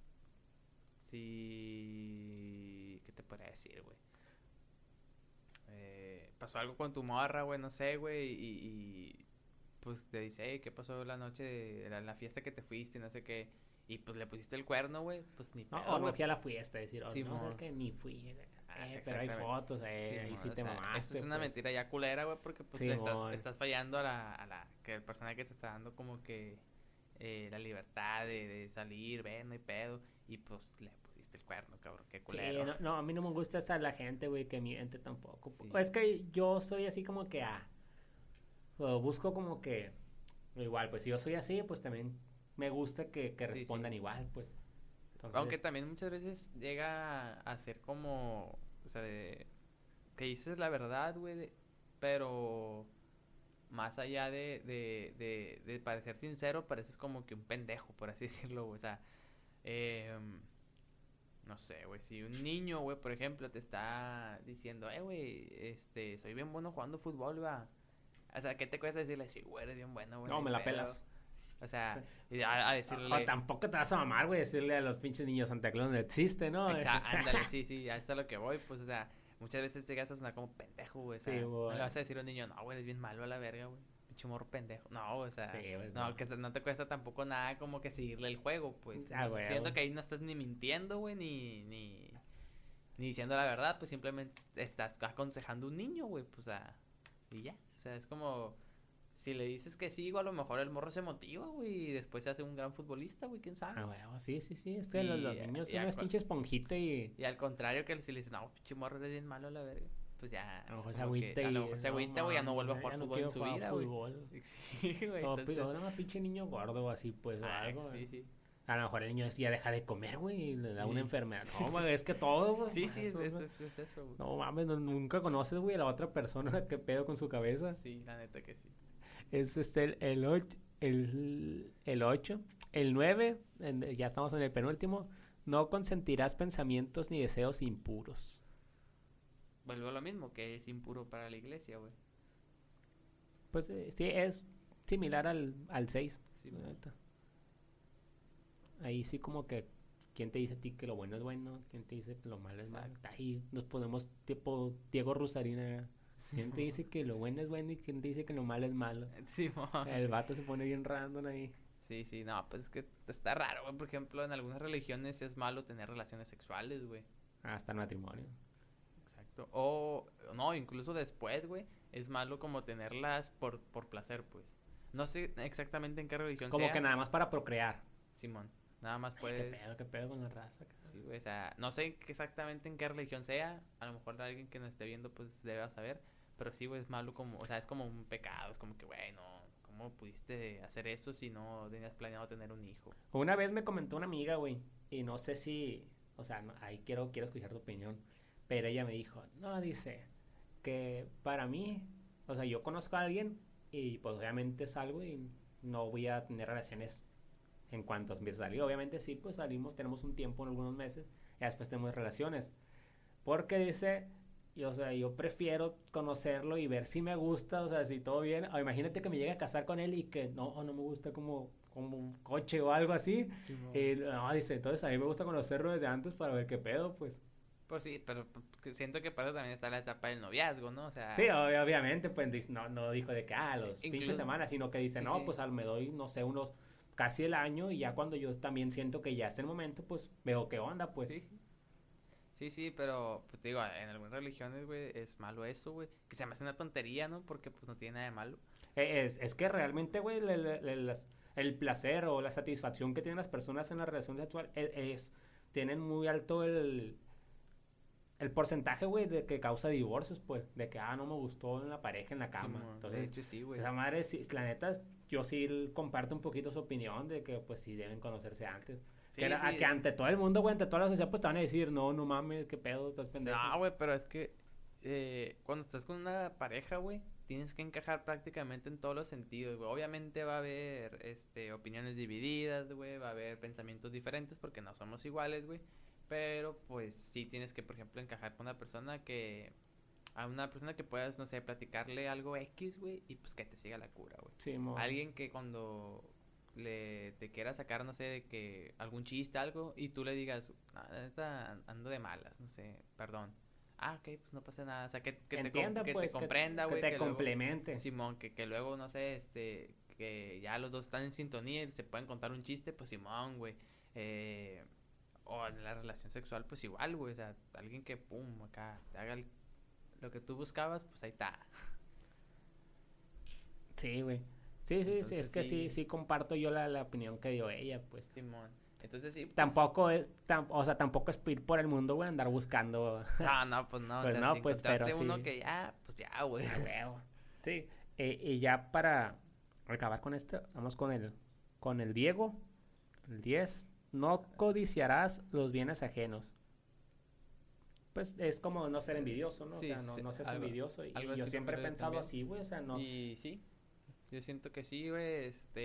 si... ¿Qué te podría decir, güey? Pasó algo con tu morra, güey, no sé, güey, pues te dice, hey, ¿qué pasó la noche de la fiesta que te fuiste, no sé qué? Y pues le pusiste el cuerno, güey, pues ni No, pedo, o no güey. fui a la fiesta, decir, Sí, no, sabes mo. que ni fui. Pero hay Exactamente. fotos, Sí, ahí mo, sí o te sea, mamaste. eso es una Pues. mentira ya culera, güey, porque pues Sí, le mon. estás fallando a la que el personaje que te está dando como que la libertad de salir, ven, no hay pedo, y pues le pusiste el cuerno, cabrón, qué Sí, culero. no, a mí no me gusta esa la gente, güey, que miente tampoco. Sí. Es que yo soy así como que, busco como que, igual, pues si yo soy así, pues también me gusta que Sí, respondan sí. igual, pues. Aunque Entonces, también muchas veces llega a ser como, o sea, que dices la verdad, güey, pero más allá de parecer sincero, pareces como que un pendejo, por así decirlo, güey. O sea, no sé, güey, si un niño, güey, por ejemplo, te está diciendo, güey, soy bien bueno jugando fútbol, va. O sea, ¿qué te cuesta decirle, sí, güey, eres bien bueno, güey? no, Ni me la pedo? pelas. O sea, Sí. a O decirle... tampoco te vas a mamar, güey, decirle a los pinches niños Santa Claus no existe, ¿no? Ándale, sí, sí, a eso es a lo que voy, pues, o sea, muchas veces llegas a sonar como pendejo, güey, o sea, Sí, no le güey. vas a decir a un niño, no, güey, eres bien malo a la verga, güey, pinche morro pendejo, no, o sea, Sí, pues, no, no. que no te cuesta tampoco nada como que seguirle el juego, pues, Ah, no, güey, siento güey. que ahí no estás ni mintiendo, güey, ni diciendo la verdad, pues simplemente estás aconsejando a un niño, güey, pues, y ya, o sea, es como... Si le dices que sí, a lo mejor el morro se motiva, güey, y después se hace un gran futbolista, güey, quién sabe. Ah, güey, sí, sí, sí. Los Y, niños y son a unas cual- pinches esponjita y Y al contrario que si le dices, no, pinche morro, eres bien malo a la verga. Pues ya, a lo es mejor se como que agüita a y lo mejor se agüita, güey, ya no vuelve a jugar ya no fútbol quiero en su jugar vida, güey. fútbol. Sí, güey, O entonces... ahora más pinche niño gordo o así, pues, o algo, sí, güey. sí. A lo mejor el niño ya deja de comer, güey, y le da una Y- enfermedad. sí, No, sí. güey, es que todo, güey. Sí, sí, Eso, güey. es eso, güey. No mames, nunca conoces, güey, a la otra persona que pedo con su cabeza. Sí, la neta que sí. Es el 8, el 8, el 9, ya estamos en el penúltimo. No consentirás pensamientos ni deseos impuros. Vuelvo a lo mismo, que es impuro para la iglesia, güey. Pues sí, es similar al 6. Sí, La güey. neta. Ahí sí como que, ¿quién te dice a ti que lo bueno es bueno? ¿Quién te dice que lo malo es malo? Exacto. Ahí nos ponemos tipo Diego Rusarina. ¿Quién te dice que lo bueno es bueno y quién te dice que lo malo es malo? Sí, mo. El vato se pone bien random ahí. Sí, sí, no, pues es que está raro, güey. Por ejemplo, en algunas religiones es malo tener relaciones sexuales, güey. Hasta el matrimonio. Exacto. O, no, incluso después, güey, es malo como tenerlas por placer, pues. No sé exactamente en qué religión Como sea. que nada más para procrear. Simón, nada más Ay, puedes... qué pedo con la raza. Sí, güey, o sea, no sé exactamente en qué religión sea. A lo mejor alguien que nos esté viendo, pues, debe saber. Pero sí, güey, es malo como... O sea, es como un pecado. Es como que, güey, no... ¿Cómo pudiste hacer eso si no tenías planeado tener un hijo? Una vez me comentó una amiga, güey, y no sé si, o sea, ahí quiero escuchar tu opinión, pero ella me dijo, no, dice, que para mí, o sea, yo conozco a alguien y pues obviamente salgo y no voy a tener relaciones en cuanto empiece a salir. Obviamente sí, pues salimos, tenemos un tiempo en algunos meses y después tenemos relaciones. Porque dice, Y, o sea, yo prefiero conocerlo y ver si me gusta, o sea, si todo bien. O imagínate que me llegue a casar con él y que no me gusta como un coche o algo así. Simón. Y no, dice, entonces a mí me gusta conocerlo desde antes para ver qué pedo, pues. Pues sí, pero siento que para eso también está la etapa del noviazgo, ¿no? O Sí, sea, obviamente, pues no dijo de que, los pinches incluso, semanas, sino que dice, sí, no, sí, pues me doy, no sé, unos casi el año y ya cuando yo también siento que ya es el momento, pues veo qué onda, pues. sí. Sí, sí, pero pues te digo, en algunas religiones, güey, es malo eso, güey. Que se me hace una tontería, ¿no? Porque pues no tiene nada de malo. Es que realmente, güey, el placer o la satisfacción que tienen las personas en la relación sexual tienen muy alto el porcentaje, güey, de que causa divorcios, pues, de que, no me gustó en la pareja, en la Sí, cama. de Entonces, hecho sí, güey. esa madre, sí, la neta, yo sí comparto un poquito su opinión de que, pues, sí deben conocerse antes. Sí, Que sí. ante todo el mundo, güey, ante toda la sociedad, pues, te van a decir, no mames, qué pedo, estás pendejo. No, güey, pero es que cuando estás con una pareja, güey, tienes que encajar prácticamente en todos los sentidos, güey. Obviamente va a haber opiniones divididas, güey, va a haber pensamientos diferentes porque no somos iguales, güey. Pero pues sí tienes que, por ejemplo, encajar con una persona que a una persona que puedas, no sé, platicarle algo X, güey, y pues que te siga la cura, güey. Sí, Alguien que cuando te quiera sacar, no sé, de que algún chiste, algo, y tú le digas, "Ah, la neta, ando de malas, no sé, perdón. Ah, ok, pues no pasa nada. O sea, entienda, que te pues, comprenda, que güey. te Que luego, complemente. Simón, que luego, no sé, que ya los dos están en sintonía y se pueden contar un chiste, pues Simón, güey. O en la relación sexual, pues igual, güey. O sea, alguien que, pum, acá, te haga lo que tú buscabas, pues ahí está. Sí, güey. Sí, sí, sí, es Entonces que sí, sí comparto yo la opinión que dio ella, pues. Simón. Entonces sí, pues. Tampoco o sea, tampoco es ir por el mundo, güey, andar buscando. No, no, pues no. O Pues sea, si no, pues, pero encontraste uno sí. que ya, pues ya, güey. A huevo. Sí. Y ya para acabar con esto, vamos con el Diego. El 10. No codiciarás los bienes ajenos. Pues es como no ser envidioso, ¿no? O Sí, sea, sí, no seas algo, envidioso. algo Y yo así siempre he pondría yo pensado también. así, güey. O sea, no. Y sí, yo siento que sí, güey.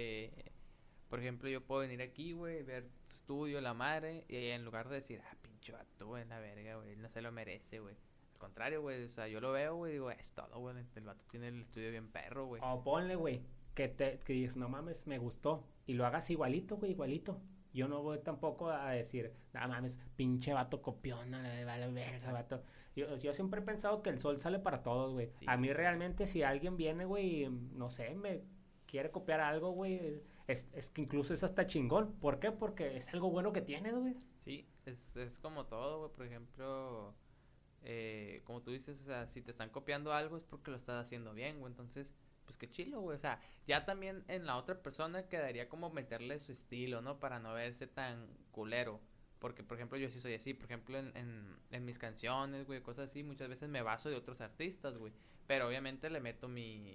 Por ejemplo, yo puedo venir aquí, güey, ver tu estudio, la madre, y en lugar de decir, pinche vato, güey, la verga, güey, él no se lo merece, güey. Al contrario, güey, o sea, yo lo veo, güey, digo, es todo, güey, el vato tiene el estudio bien perro, güey. O ponle, güey, que dices, no mames, me gustó. Y lo hagas igualito, güey, igualito. Yo no voy tampoco a decir, no mames, pinche vato copiona, vale ver ese vato. Yo siempre he pensado que el sol sale para todos, güey. Sí, A mí güey. realmente si alguien viene, güey, no sé, me quiere copiar algo, güey, es que incluso es hasta chingón. ¿Por qué? Porque es algo bueno que tienes, güey. Sí, es como todo, güey, por ejemplo, como tú dices, o sea, si te están copiando algo es porque lo estás haciendo bien, güey, entonces, pues qué chilo, güey, o sea, ya también en la otra persona quedaría como meterle su estilo, ¿no? Para no verse tan culero, porque, por ejemplo, yo sí soy así, por ejemplo, en mis canciones, güey, cosas así, muchas veces me baso de otros artistas, güey, pero obviamente le meto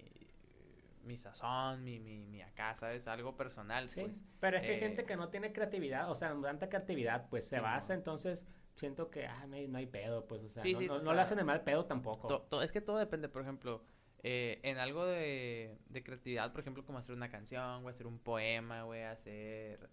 mi sazón, mi acá, ¿sabes? Algo personal, Sí, pues. pero es que hay gente que no tiene creatividad, o sea, no tanta creatividad, pues se Sí, basa, entonces siento que, no hay pedo, pues, o sea, sí, sí, o no le sea, hacen de mal pedo tampoco. es que todo depende, por ejemplo, en algo de creatividad, por ejemplo, como hacer una canción, güey, hacer un poema, güey, hacer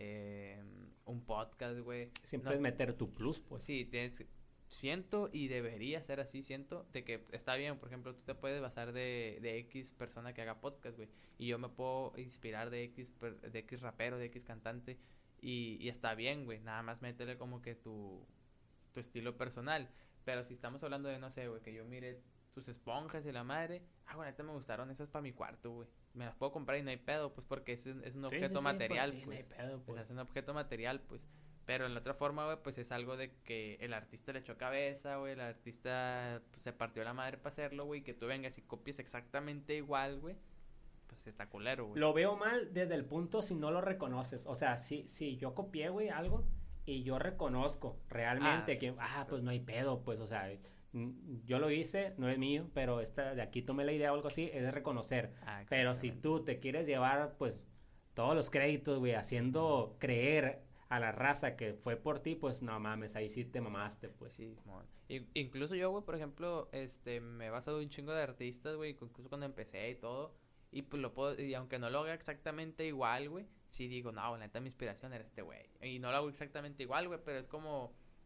un podcast, güey. Siempre No, es meter tu plus, pues. sí, siento y debería ser así, siento, de que está bien, por ejemplo, tú te puedes basar de X persona que haga podcast, güey, y yo me puedo inspirar de X rapero, de X cantante, y está bien, güey, nada más métele como que tu estilo personal. Pero si estamos hablando de, no sé, güey, que yo mire tus esponjas y la madre, güey, neta me gustaron esas para mi cuarto, güey. Me las puedo comprar y no hay pedo, pues porque es un Sí, objeto sí, material, pues sí, no hay pues. pedo, O sea, pues. es un objeto material, pues. Pero en la otra forma, güey, pues es algo de que el artista le echó cabeza, güey. El artista pues, se partió la madre para hacerlo, güey. Que tú vengas y copies exactamente igual, güey. Pues está culero, güey. Lo veo mal desde el punto si no lo reconoces. O sea, si yo copié, güey, algo y yo reconozco realmente que, Sí, pues no hay pedo, pues, o sea, yo lo hice, no es mío, pero de aquí tomé la idea o algo así, es reconocer. Pero si Exactamente. tú te quieres llevar, pues, todos los créditos, güey, haciendo creer a la raza que fue por ti, pues no mames, ahí sí te mamaste, pues. Sí, mon. Incluso yo, güey, por ejemplo, me he basado en un chingo de artistas, güey, incluso cuando empecé y todo. Y pues y aunque no lo haga exactamente igual, güey, sí digo, no, la neta mi inspiración era este güey. Y no lo hago exactamente igual, güey, pero es como,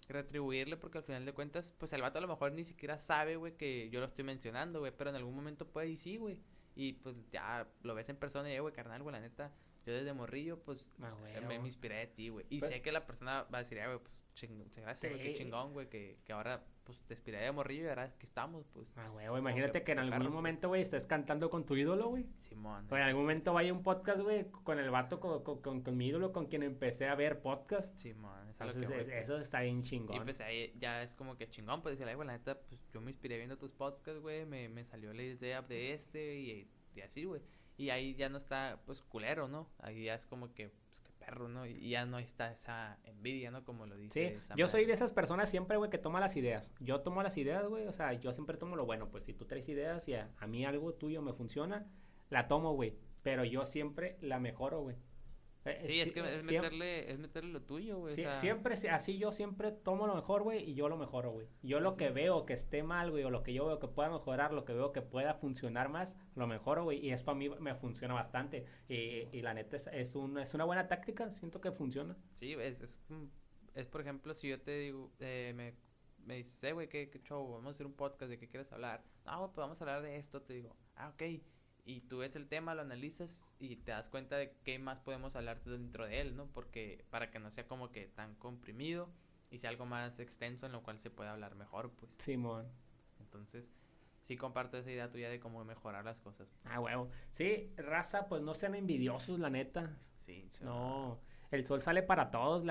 retribuirle porque al final de cuentas, pues el vato a lo mejor ni siquiera sabe, güey, que yo lo estoy mencionando, güey, pero en algún momento puede y sí, güey. Y pues ya lo ves en persona y, güey, carnal, güey, la neta, yo desde morrillo, pues, me inspiré de ti, güey. Y sé que la persona va a decir, güey, pues, gracias, güey, qué chingón, güey, que ahora, pues, te inspiré de morrillo y ahora aquí estamos, pues. Güey, imagínate que en algún momento, güey, estés cantando con tu ídolo, güey. Simón. O en algún momento vaya un podcast, güey, con el vato, con mi ídolo, con quien empecé a ver podcast. Simón, eso está bien chingón. Y pues ahí ya es como que chingón, pues decirle, güey, la neta, pues yo me inspiré viendo tus podcasts, güey, me salió la idea de y así, güey. Y ahí ya no está, pues, culero, ¿no? Ahí ya es como que, pues, qué perro, ¿no? Y ya no está esa envidia, ¿no? Como lo dice. Sí, yo soy de esas personas siempre, güey, que toma las ideas. Yo tomo las ideas, güey, o sea, yo siempre tomo lo bueno. Pues si tú traes ideas y a mí algo tuyo me funciona, la tomo, güey. Pero yo siempre la mejoro, güey. Sí, es que es meterle lo tuyo, güey. Sí, o sea... Siempre, así yo siempre tomo lo mejor, güey, y yo lo mejoro, güey. Yo lo que veo que esté mal, güey, o lo que yo veo que pueda mejorar, lo que veo que pueda funcionar más, lo mejoro, güey, y eso a mí me funciona bastante. Y la neta es una buena táctica, siento que funciona. Sí, es por ejemplo, si yo te digo, me dices, güey, ¿qué show? Vamos a hacer un podcast, ¿de qué quieres hablar? No, pues vamos a hablar de esto, te digo, ok. Y tú ves el tema, lo analizas y te das cuenta de qué más podemos hablar dentro de él, ¿no? Porque para que no sea como que tan comprimido y sea algo más extenso en lo cual se pueda hablar mejor, pues. Simón. Entonces, sí comparto esa idea tuya de cómo mejorar las cosas. Huevo. Sí, raza, pues no sean envidiosos, la neta. Sí, no. El sol sale para todos,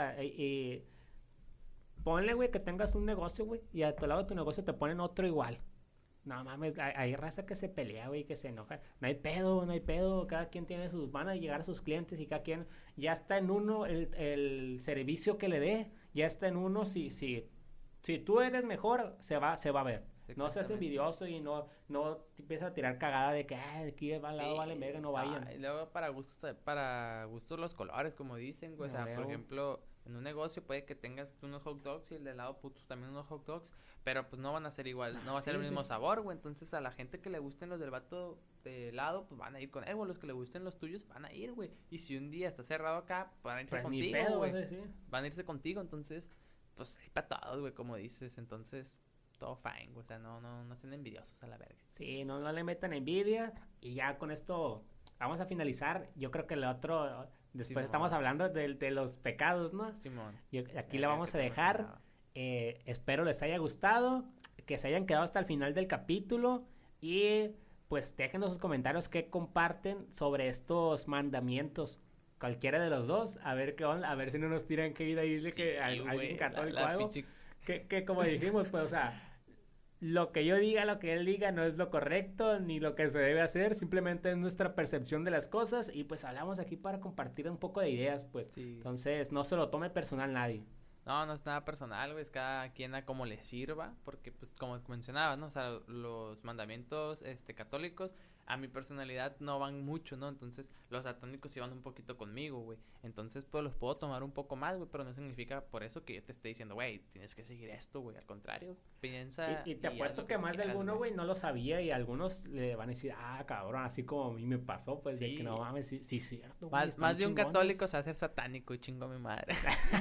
ponle, güey, que tengas un negocio, güey, y a tu lado de tu negocio te ponen otro igual. No mames, hay raza que se pelea, güey, que se enoja. No hay pedo. Cada quien tiene van a llegar a sus clientes y cada quien ya está en uno el servicio que le dé. Ya está en uno. Si tú eres mejor, se va a ver. No seas envidioso y no te empiezas a tirar cagada de que aquí al lado vale verga, no vayan. Y luego para gustos los colores, como dicen, güey. O sea, por ejemplo, en un negocio puede que tengas unos hot dogs y el de lado puto también unos hot dogs, pero pues no van a ser igual, no va a ser el mismo sabor, güey. Entonces a la gente que le gusten los del vato de lado, pues van a ir con él, güey. Los que le gusten los tuyos van a ir, güey. Y si un día está cerrado acá, van a irse contigo, güey. Sí. Van a irse contigo, entonces, pues hay para todos, güey, como dices. Entonces, todo fine, güey. O sea, no estén envidiosos a la verga. Sí, no le metan envidia. Y ya con esto vamos a finalizar. Yo creo que el otro... Después estamos hablando de los pecados, ¿no? Simón. Y aquí la vamos a dejar. Espero les haya gustado. Que se hayan quedado hasta el final del capítulo. Y pues déjenos sus comentarios que comparten sobre estos mandamientos. Cualquiera de los dos. A ver qué onda. A ver si no nos tiran que ir ahí de que alguien católico o algo. Que como dijimos, pues, o sea... Lo que yo diga, lo que él diga no es lo correcto ni lo que se debe hacer, simplemente es nuestra percepción de las cosas y pues hablamos aquí para compartir un poco de ideas, pues. Sí. Entonces, no se lo tome personal nadie. No es nada personal, güey, es cada quien a como le sirva, porque pues como mencionabas, ¿no? O sea, los mandamientos católicos a mi personalidad no van mucho, ¿no? Entonces, los satánicos sí van un poquito conmigo, güey. Entonces, pues los puedo tomar un poco más, güey, pero no significa por eso que yo te esté diciendo, güey, tienes que seguir esto, güey. Al contrario, piensa... Y te apuesto que más de alguno, güey, no lo sabía y algunos le van a decir, cabrón, así como a mí me pasó, pues, de que no mames, sí, cierto, güey. Más de un católico se hace satánico y chingo a mi madre.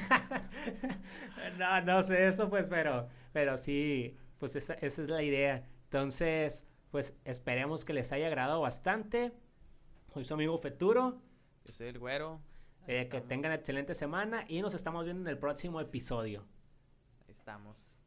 No sé eso, pues, pero sí, pues esa es la idea. Entonces... Pues esperemos que les haya agradado bastante. Soy su amigo Feturo. Yo soy el Güero. Que tengan excelente semana y nos estamos viendo en el próximo episodio. Ahí estamos.